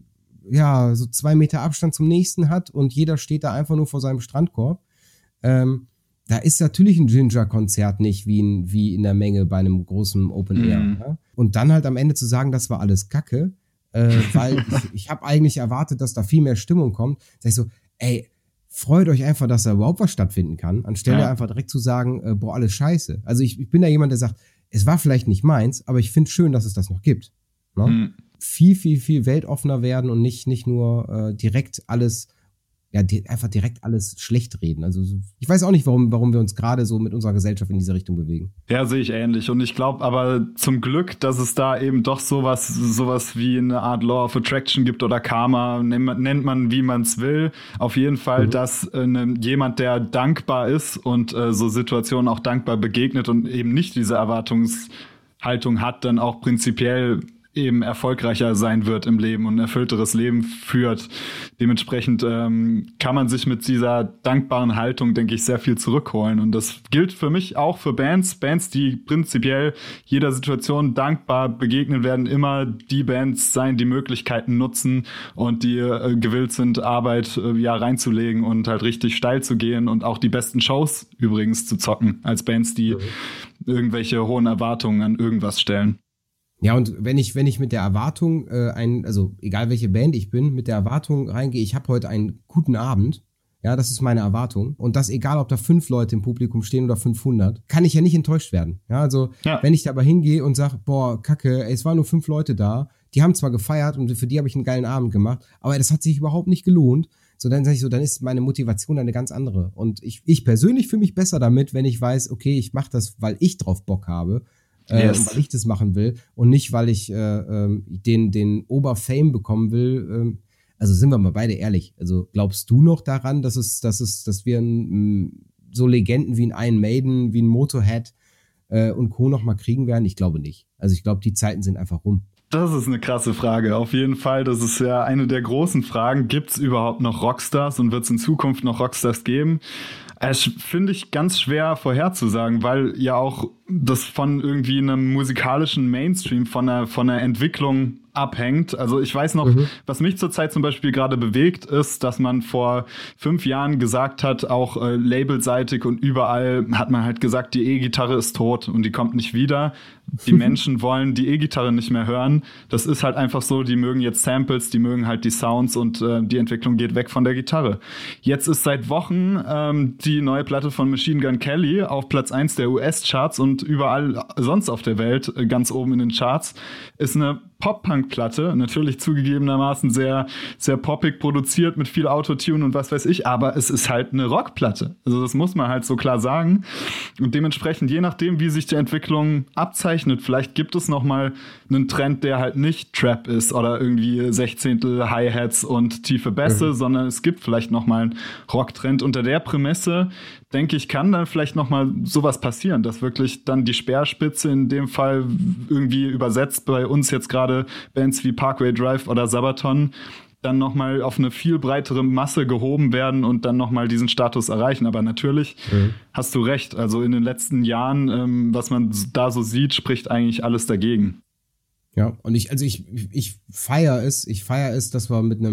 ja so zwei Meter Abstand zum nächsten hat und jeder steht da einfach nur vor seinem Strandkorb. Ähm, da ist natürlich ein Ginger-Konzert nicht wie in, wie in der Menge bei einem großen Open Air. Mhm. Ja? Und dann halt am Ende zu sagen, das war alles Kacke, äh, weil ich, ich habe eigentlich erwartet, dass da viel mehr Stimmung kommt. Sag ich so, ey, freut euch einfach, dass da überhaupt was stattfinden kann, anstelle ja. einfach direkt zu sagen, äh, boah, alles scheiße. Also ich, ich bin da jemand, der sagt, es war vielleicht nicht meins, aber ich finde es schön, dass es das noch gibt. Ne? Mhm. Viel, viel, viel weltoffener werden und nicht, nicht nur äh, direkt alles, ja, di- einfach direkt alles schlecht reden. Also ich weiß auch nicht, warum, warum wir uns gerade so mit unserer Gesellschaft in diese Richtung bewegen. Ja, sehe ich ähnlich. Und ich glaube aber zum Glück, dass es da eben doch sowas, sowas wie eine Art Law of Attraction gibt oder Karma, nennt man, nennt man wie man es will. Auf jeden Fall, mhm. dass äh, ne, jemand, der dankbar ist und äh, so Situationen auch dankbar begegnet und eben nicht diese Erwartungshaltung hat, dann auch prinzipiell eben erfolgreicher sein wird im Leben und ein erfüllteres Leben führt. Dementsprechend ähm, kann man sich mit dieser dankbaren Haltung, denke ich, sehr viel zurückholen. Und das gilt für mich auch für Bands. Bands, die prinzipiell jeder Situation dankbar begegnen, werden immer die Bands sein, die Möglichkeiten nutzen und die äh, gewillt sind, Arbeit äh, ja reinzulegen und halt richtig steil zu gehen und auch die besten Shows übrigens zu zocken, als Bands, die mhm. irgendwelche hohen Erwartungen an irgendwas stellen. Ja, und wenn ich wenn ich mit der Erwartung, äh, ein, also egal welche Band ich bin, mit der Erwartung reingehe, ich habe heute einen guten Abend, ja, das ist meine Erwartung. Und das egal, ob da fünf Leute im Publikum stehen oder fünfhundert, kann ich ja nicht enttäuscht werden. Ja, also ja. wenn ich da aber hingehe und sage, boah, kacke, ey, es waren nur fünf Leute da, die haben zwar gefeiert und für die habe ich einen geilen Abend gemacht, aber das hat sich überhaupt nicht gelohnt. So, dann sage ich so, dann ist meine Motivation eine ganz andere. Und ich ich persönlich fühle mich besser damit, wenn ich weiß, okay, ich mache das, weil ich drauf Bock habe. Yes. Äh, weil ich das machen will und nicht, weil ich äh, ähm, den den Oberfame bekommen will. Ähm, also sind wir mal beide ehrlich. Also glaubst du noch daran, dass es, dass es, dass wir ein, so Legenden wie ein Iron Maiden, wie ein Motorhead äh, und Co. noch mal kriegen werden? Ich glaube nicht. Also ich glaube, die Zeiten sind einfach rum. Das ist eine krasse Frage. Auf jeden Fall, das ist ja eine der großen Fragen. Gibt es überhaupt noch Rockstars und wird es in Zukunft noch Rockstars geben? Es finde ich ganz schwer vorherzusagen, weil ja auch das von irgendwie einem musikalischen Mainstream, von einer, von einer Entwicklung abhängt. Also ich weiß noch, mhm. was mich zurzeit zum Beispiel gerade bewegt, ist, dass man vor fünf Jahren gesagt hat, auch äh, labelseitig und überall hat man halt gesagt, die E-Gitarre ist tot und die kommt nicht wieder. Die Menschen wollen die E-Gitarre nicht mehr hören. Das ist halt einfach so, die mögen jetzt Samples, die mögen halt die Sounds und äh, die Entwicklung geht weg von der Gitarre. Jetzt ist seit Wochen ähm, die neue Platte von Machine Gun Kelly auf Platz eins der U S-Charts und überall sonst auf der Welt äh, ganz oben in den Charts. Ist eine Pop-Punk-Platte, natürlich zugegebenermaßen sehr, sehr poppig produziert mit viel Autotune und was weiß ich, aber es ist halt eine Rockplatte. Also das muss man halt so klar sagen. Und dementsprechend, je nachdem, wie sich die Entwicklung abzeichnet, vielleicht gibt es noch mal einen Trend, der halt nicht Trap ist oder irgendwie Sechzehntel Hi-Hats und tiefe Bässe, mhm. sondern es gibt vielleicht noch mal einen Rocktrend. Unter der Prämisse, denke ich, kann dann vielleicht noch mal sowas passieren, dass wirklich dann die Speerspitze in dem Fall irgendwie übersetzt bei uns jetzt gerade Bands wie Parkway Drive oder Sabaton dann nochmal auf eine viel breitere Masse gehoben werden und dann nochmal diesen Status erreichen. Aber natürlich mhm. hast du recht. Also in den letzten Jahren, ähm, was man da so sieht, spricht eigentlich alles dagegen. Ja, und ich, also ich, ich feiere es, ich feiere es, dass wir mit einem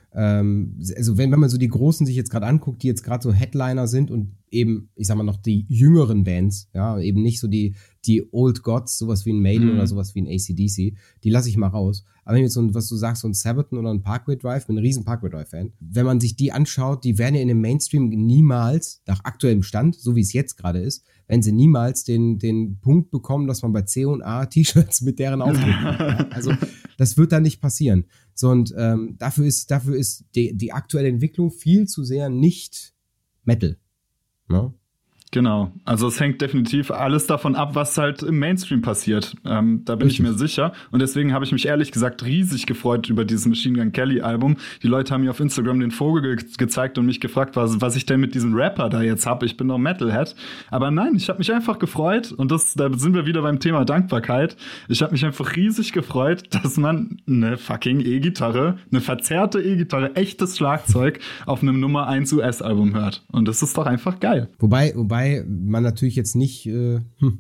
ähm, also wenn, wenn man so die Großen sich jetzt gerade anguckt, die jetzt gerade so Headliner sind und eben, ich sag mal noch die jüngeren Bands, ja, eben nicht so die, die Old Gods, sowas wie ein Maiden mhm. oder sowas wie ein A C D C, die lasse ich mal raus. Aber wenn jetzt so ein, was du sagst, so ein Sabaton oder ein Parkway Drive, bin ein riesen Parkway Drive-Fan, wenn man sich die anschaut, die werden ja in dem Mainstream niemals, nach aktuellem Stand, so wie es jetzt gerade ist, wenn sie niemals den, den Punkt bekommen, dass man bei C und A T-Shirts mit deren Auftritt hat. Ja? Also das wird da nicht passieren. So, und ähm, dafür ist, dafür ist die, die aktuelle Entwicklung viel zu sehr nicht Metal. No? Genau, also es hängt definitiv alles davon ab, was halt im Mainstream passiert. Ähm, da bin Richtig. ich mir sicher. Und deswegen habe ich mich ehrlich gesagt riesig gefreut über dieses Machine Gun Kelly Album. Die Leute haben mir auf Instagram den Vogel ge- gezeigt und mich gefragt, was, was ich denn mit diesem Rapper da jetzt habe. Ich bin doch Metalhead. Aber nein, ich habe mich einfach gefreut. Und das, da sind wir wieder beim Thema Dankbarkeit. Ich habe mich einfach riesig gefreut, dass man eine fucking E-Gitarre, eine verzerrte E-Gitarre, echtes Schlagzeug auf einem Nummer eins U S-Album hört. Und das ist doch einfach geil. Wobei, wobei man natürlich jetzt nicht, äh, hm.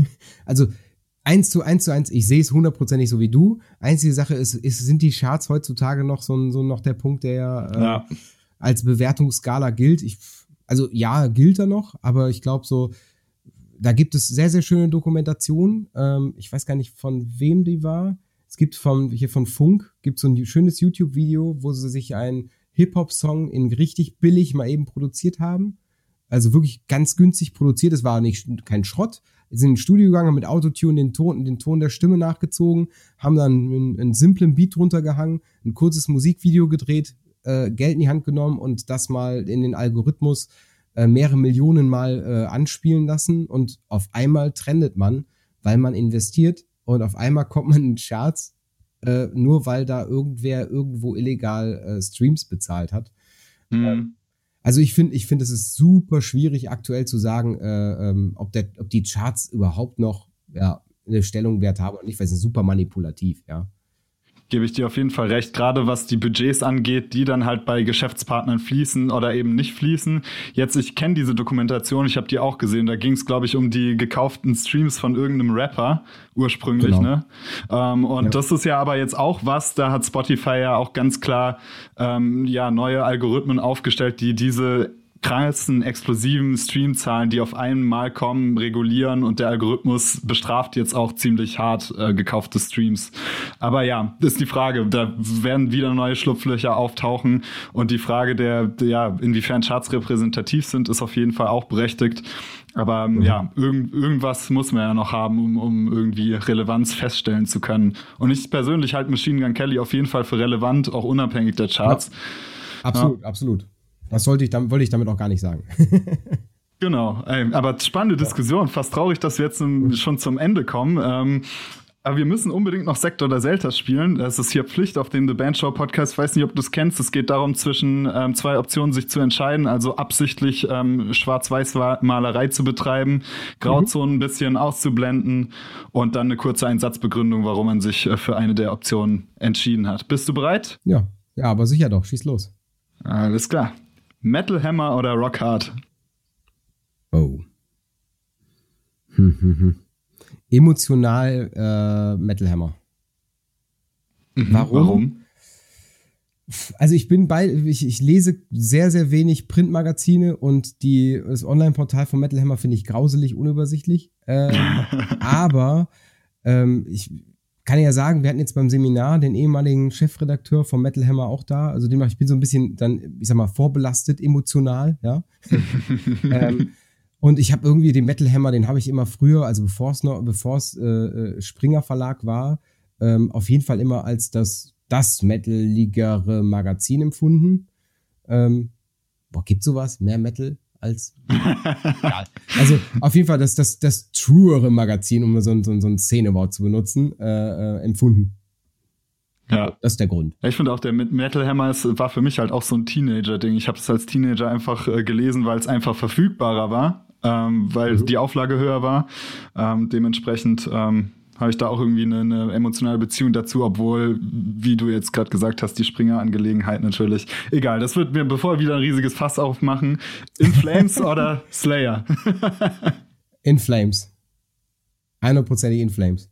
also eins zu eins zu eins, ich sehe es hundertprozentig so wie du. Einzige Sache ist, ist, sind die Charts heutzutage noch so, so noch der Punkt, der äh, ja. als Bewertungsskala gilt. Ich, also ja, gilt er noch, aber ich glaube so, da gibt es sehr, sehr schöne Dokumentationen. Ähm, ich weiß gar nicht, von wem die war. Es gibt von, hier von Funk, gibt so ein schönes YouTube-Video, wo sie sich einen Hip-Hop-Song in richtig billig mal eben produziert haben. Also wirklich ganz günstig produziert. Es war nicht kein Schrott. Sie sind ins Studio gegangen, haben mit Autotune den Ton, den Ton der Stimme nachgezogen, haben dann einen, einen simplen Beat drunter gehangen, ein kurzes Musikvideo gedreht, äh, Geld in die Hand genommen und das mal in den Algorithmus äh, mehrere Millionen Mal äh, anspielen lassen. Und auf einmal trendet man, weil man investiert und auf einmal kommt man in Charts, äh, nur weil da irgendwer irgendwo illegal äh, Streams bezahlt hat. Mhm. Ähm, Also ich finde, ich finde, es ist super schwierig aktuell zu sagen, äh, ähm, ob, der, ob die Charts überhaupt noch ja, eine Stellenwert haben oder nicht, weil es ist super manipulativ, ja. Gebe ich dir auf jeden Fall recht, gerade was die Budgets angeht, die dann halt bei Geschäftspartnern fließen oder eben nicht fließen. Jetzt, ich kenne diese Dokumentation, ich habe die auch gesehen, da ging es, glaube ich, um die gekauften Streams von irgendeinem Rapper ursprünglich, genau. ne? Ähm, und ja. das ist ja aber jetzt auch was, da hat Spotify ja auch ganz klar ähm, ja neue Algorithmen aufgestellt, die diese krassen, explosiven Streamzahlen, die auf einmal kommen, regulieren und der Algorithmus bestraft jetzt auch ziemlich hart äh, gekaufte Streams. Aber ja, ist die Frage, da werden wieder neue Schlupflöcher auftauchen und die Frage der, der ja, inwiefern Charts repräsentativ sind, ist auf jeden Fall auch berechtigt. Aber mhm. ja, irgend, irgendwas muss man ja noch haben, um, um irgendwie Relevanz feststellen zu können. Und ich persönlich halte Machine Gun Kelly auf jeden Fall für relevant, auch unabhängig der Charts. Ja. Absolut, ja. absolut. Das sollte ich, wollte ich damit auch gar nicht sagen. Genau, ey, aber spannende Diskussion. Fast traurig, dass wir jetzt schon zum Ende kommen. Ähm, aber wir müssen unbedingt noch Sekt oder Selters spielen. Das ist hier Pflicht auf dem The Band Show Podcast. Ich weiß nicht, ob du es kennst. Es geht darum, zwischen ähm, zwei Optionen sich zu entscheiden. Also absichtlich ähm, Schwarz-Weiß-Malerei zu betreiben, Grauzonen ein bisschen auszublenden und dann eine kurze Einsatzbegründung, warum man sich äh, für eine der Optionen entschieden hat. Bist du bereit? Ja, ja, aber sicher doch. Schieß los. Alles klar. Metal Hammer oder Rock Hard? Oh. Hm, hm, hm. Emotional äh, Metal Hammer. Mhm, warum? warum? Also ich bin bei, ich, ich lese sehr, sehr wenig Printmagazine und die, das Online-Portal von Metal Hammer finde ich grauselig, unübersichtlich. Ähm, aber ähm, ich kann ja sagen, wir hatten jetzt beim Seminar den ehemaligen Chefredakteur von Metal Hammer auch da. Also demnach, ich bin so ein bisschen dann, ich sag mal, vorbelastet, emotional, ja. ähm, und ich habe irgendwie den Metal Hammer, den habe ich immer früher, also bevor es noch, bevor es äh, Springer Verlag war, ähm, auf jeden Fall immer als das, das metaligere Magazin empfunden. Ähm, boah, gibt's sowas? Mehr Metal als ja, also auf jeden Fall das, das, das truere Magazin, um so, so, so ein Szenewort zu benutzen, äh, äh, empfunden. Ja. Das ist der Grund. Ich finde auch, der Metal Hammer ist, war für mich halt auch so ein Teenager-Ding. Ich habe es als Teenager einfach äh, gelesen, weil es einfach verfügbarer war, ähm, weil mhm. die Auflage höher war. Ähm, dementsprechend ähm, habe ich da auch irgendwie eine, eine emotionale Beziehung dazu, obwohl, wie du jetzt gerade gesagt hast, die Springer-Angelegenheit natürlich. Egal, das wird mir, bevor wir wieder ein riesiges Fass aufmachen, In Flames oder Slayer? In Flames. hundertprozentig In Flames.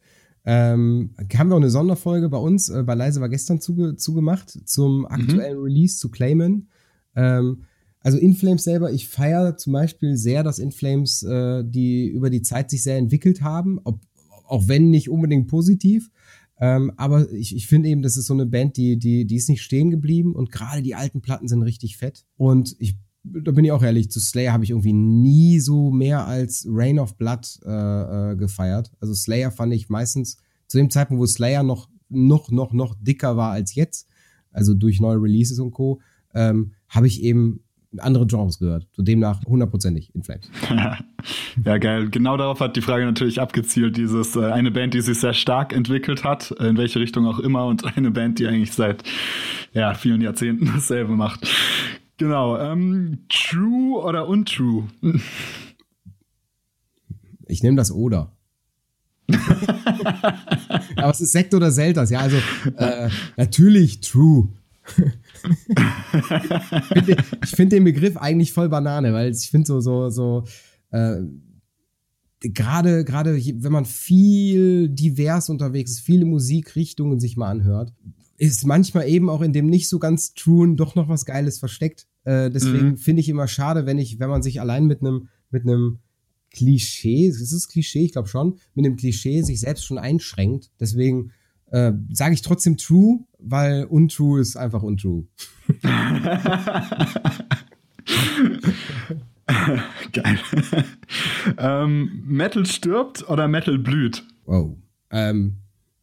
Ähm, haben wir auch eine Sonderfolge bei uns, äh, bei Leise war gestern zuge- zugemacht, zum aktuellen mhm. Release zu Clayman. Ähm, also In Flames selber, ich feiere zum Beispiel sehr, dass In Flames äh, die über die Zeit sich sehr entwickelt haben, ob, auch wenn nicht unbedingt positiv. Ähm, aber ich, ich finde eben, das ist so eine Band, die, die, die ist nicht stehen geblieben und gerade die alten Platten sind richtig fett. Und ich, da bin ich auch ehrlich, zu Slayer habe ich irgendwie nie so mehr als Rain of Blood äh, äh, gefeiert. Also Slayer fand ich meistens zu dem Zeitpunkt, wo Slayer noch, noch, noch, noch dicker war als jetzt, also durch neue Releases und Co., ähm, habe ich eben andere Genres gehört. So demnach hundertprozentig In Flames. Ja, geil. Genau darauf hat die Frage natürlich abgezielt. Dieses, äh, eine Band, die sich sehr stark entwickelt hat, in welche Richtung auch immer, und eine Band, die eigentlich seit, ja, vielen Jahrzehnten dasselbe macht. Genau. Ähm, true oder untrue? Ich nehme das oder. Aber es ist Sekt oder Selters, ja, also äh, natürlich true. Ich finde den Begriff eigentlich voll Banane, weil ich finde so, so, so, äh, gerade, gerade wenn man viel divers unterwegs ist, viele Musikrichtungen sich mal anhört, ist manchmal eben auch in dem nicht so ganz truen doch noch was Geiles versteckt. Äh, deswegen mhm. finde ich immer schade, wenn ich, wenn man sich allein mit einem, mit einem Klischee, ist es Klischee? Ich glaube schon, mit einem Klischee sich selbst schon einschränkt. Deswegen äh, sage ich trotzdem true, weil untrue ist einfach untrue. Geil. ähm, Metal stirbt oder Metal blüht? Wow. Ähm,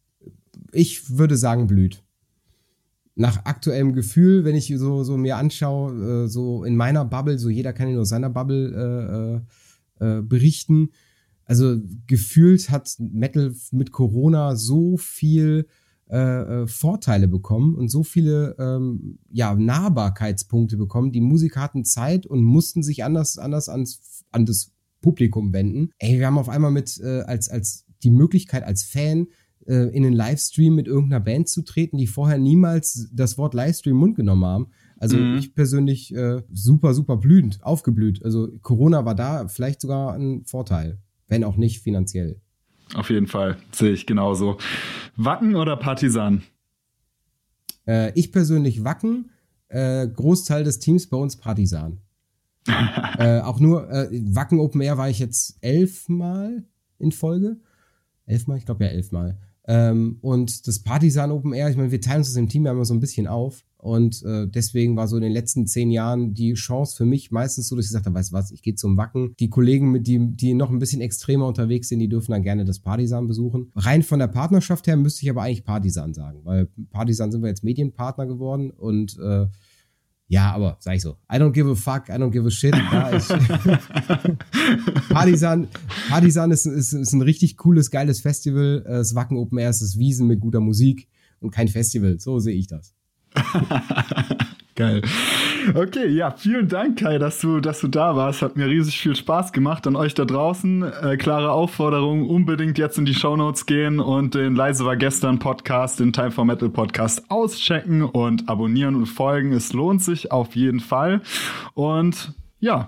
ich würde sagen blüht. Nach aktuellem Gefühl, wenn ich so, so mir anschaue, äh, so in meiner Bubble, so jeder kann ja nur aus seiner Bubble äh, äh, berichten. Also gefühlt hat Metal mit Corona so viel äh, Vorteile bekommen und so viele ähm, ja, Nahbarkeitspunkte bekommen. Die Musiker hatten Zeit und mussten sich anders, anders ans, an das Publikum wenden. Ey, wir haben auf einmal mit äh, als, als die Möglichkeit als Fan äh, in einen Livestream mit irgendeiner Band zu treten, die vorher niemals das Wort Livestream im Mund genommen haben. Also mhm. ich persönlich äh, super, super blühend, aufgeblüht. Also Corona war da vielleicht sogar ein Vorteil, wenn auch nicht finanziell. Auf jeden Fall, sehe ich genauso. Wacken oder Partisan? Äh, ich persönlich Wacken, äh, Großteil des Teams bei uns Partisan. äh, auch nur, äh, Wacken Open Air war ich jetzt elfmal in Folge. Elfmal? Ich glaube ja elfmal. Ähm, und das Partisan Open Air, ich meine, wir teilen uns das im Team ja immer so ein bisschen auf. Und äh, deswegen war so in den letzten zehn Jahren die Chance für mich meistens so, dass ich gesagt habe, weißt du was, ich gehe zum Wacken. Die Kollegen, mit die, die noch ein bisschen extremer unterwegs sind, die dürfen dann gerne das Partisan besuchen. Rein von der Partnerschaft her müsste ich aber eigentlich Partisan sagen, weil Partisan sind wir jetzt Medienpartner geworden und äh, ja, aber sag ich so, I don't give a fuck, I don't give a shit. Ja, ich, Partisan, Partisan ist, ist, ist ein richtig cooles, geiles Festival. Das Wacken Open Air ist das Wiesn mit guter Musik und kein Festival. So sehe ich das. Geil. Okay, ja, vielen Dank, Kai, dass du, dass du da warst. Hat mir riesig viel Spaß gemacht. An euch da draußen. Äh, klare Aufforderung, unbedingt jetzt in die Shownotes gehen und den Leise war gestern Podcast, den Time for Metal Podcast auschecken und abonnieren und folgen. Es lohnt sich auf jeden Fall. Und ja.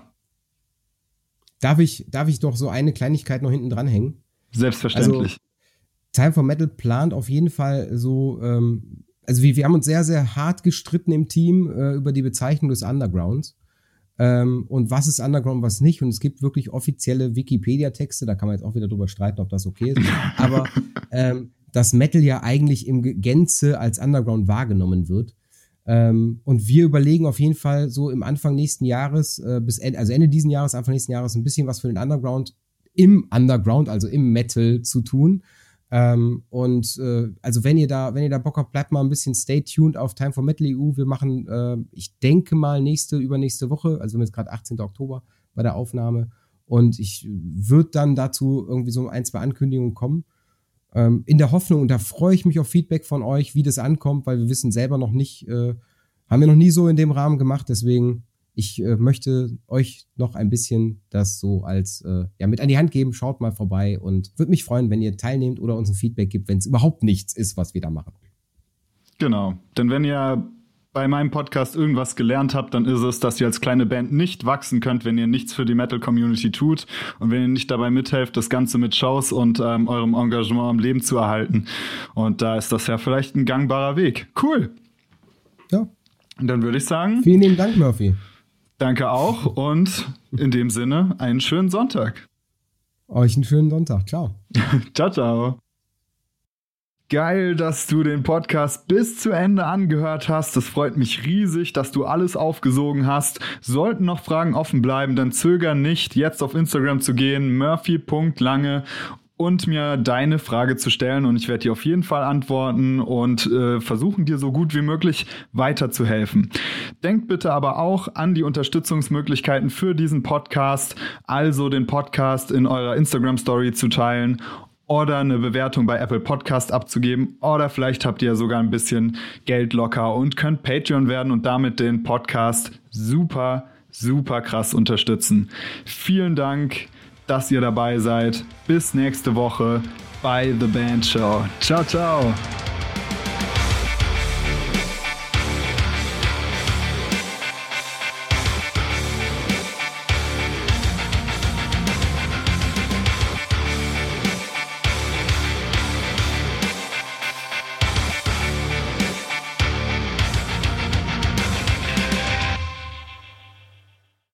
Darf ich, darf ich doch so eine Kleinigkeit noch hinten dranhängen? Selbstverständlich. Also, Time for Metal plant auf jeden Fall so, ähm, also wir, wir haben uns sehr, sehr hart gestritten im Team äh, über die Bezeichnung des Undergrounds. Ähm, und was ist Underground, was nicht. Und es gibt wirklich offizielle Wikipedia-Texte, da kann man jetzt auch wieder drüber streiten, ob das okay ist. Aber ähm, dass Metal ja eigentlich im Gänze als Underground wahrgenommen wird. Ähm, und wir überlegen auf jeden Fall so im Anfang nächsten Jahres, äh, bis Ende, also Ende diesen Jahres, Anfang nächsten Jahres ein bisschen was für den Underground im Underground, also im Metal zu tun. Ähm, und äh, also wenn ihr da, wenn ihr da Bock habt, bleibt mal ein bisschen stay tuned auf Time for Metal E U. Wir machen, äh, ich denke mal nächste, übernächste Woche, also wir sind jetzt gerade achtzehnten Oktober bei der Aufnahme und ich würde dann dazu irgendwie so ein, zwei Ankündigungen kommen. Ähm, in der Hoffnung, und da freue ich mich auf Feedback von euch, wie das ankommt, weil wir wissen selber noch nicht, äh, haben wir noch nie so in dem Rahmen gemacht, deswegen ich äh, möchte euch noch ein bisschen das so als äh, ja mit an die Hand geben. Schaut mal vorbei und würde mich freuen, wenn ihr teilnehmt oder uns ein Feedback gibt, wenn es überhaupt nichts ist, was wir da machen. Genau, denn wenn ihr bei meinem Podcast irgendwas gelernt habt, dann ist es, dass ihr als kleine Band nicht wachsen könnt, wenn ihr nichts für die Metal-Community tut und wenn ihr nicht dabei mithelft, das Ganze mit Shows und ähm, eurem Engagement am Leben zu erhalten. Und da ist das ja vielleicht ein gangbarer Weg. Cool. Ja. Und dann würde ich sagen... Vielen lieben Dank, Murphy. Danke auch und in dem Sinne einen schönen Sonntag. Euch einen schönen Sonntag. Ciao. Ciao, ciao. Geil, dass du den Podcast bis zu Ende angehört hast. Das freut mich riesig, dass du alles aufgesogen hast. Sollten noch Fragen offen bleiben, dann zöger nicht, jetzt auf Instagram zu gehen, murphy punkt lange und mir deine Frage zu stellen. Und ich werde dir auf jeden Fall antworten und äh, versuchen, dir so gut wie möglich weiterzuhelfen. Denkt bitte aber auch an die Unterstützungsmöglichkeiten für diesen Podcast, also den Podcast in eurer Instagram-Story zu teilen oder eine Bewertung bei Apple Podcast abzugeben oder vielleicht habt ihr sogar ein bisschen Geld locker und könnt Patreon werden und damit den Podcast super, super krass unterstützen. Vielen Dank, dass ihr dabei seid. Bis nächste Woche bei The Band Show. Ciao, ciao.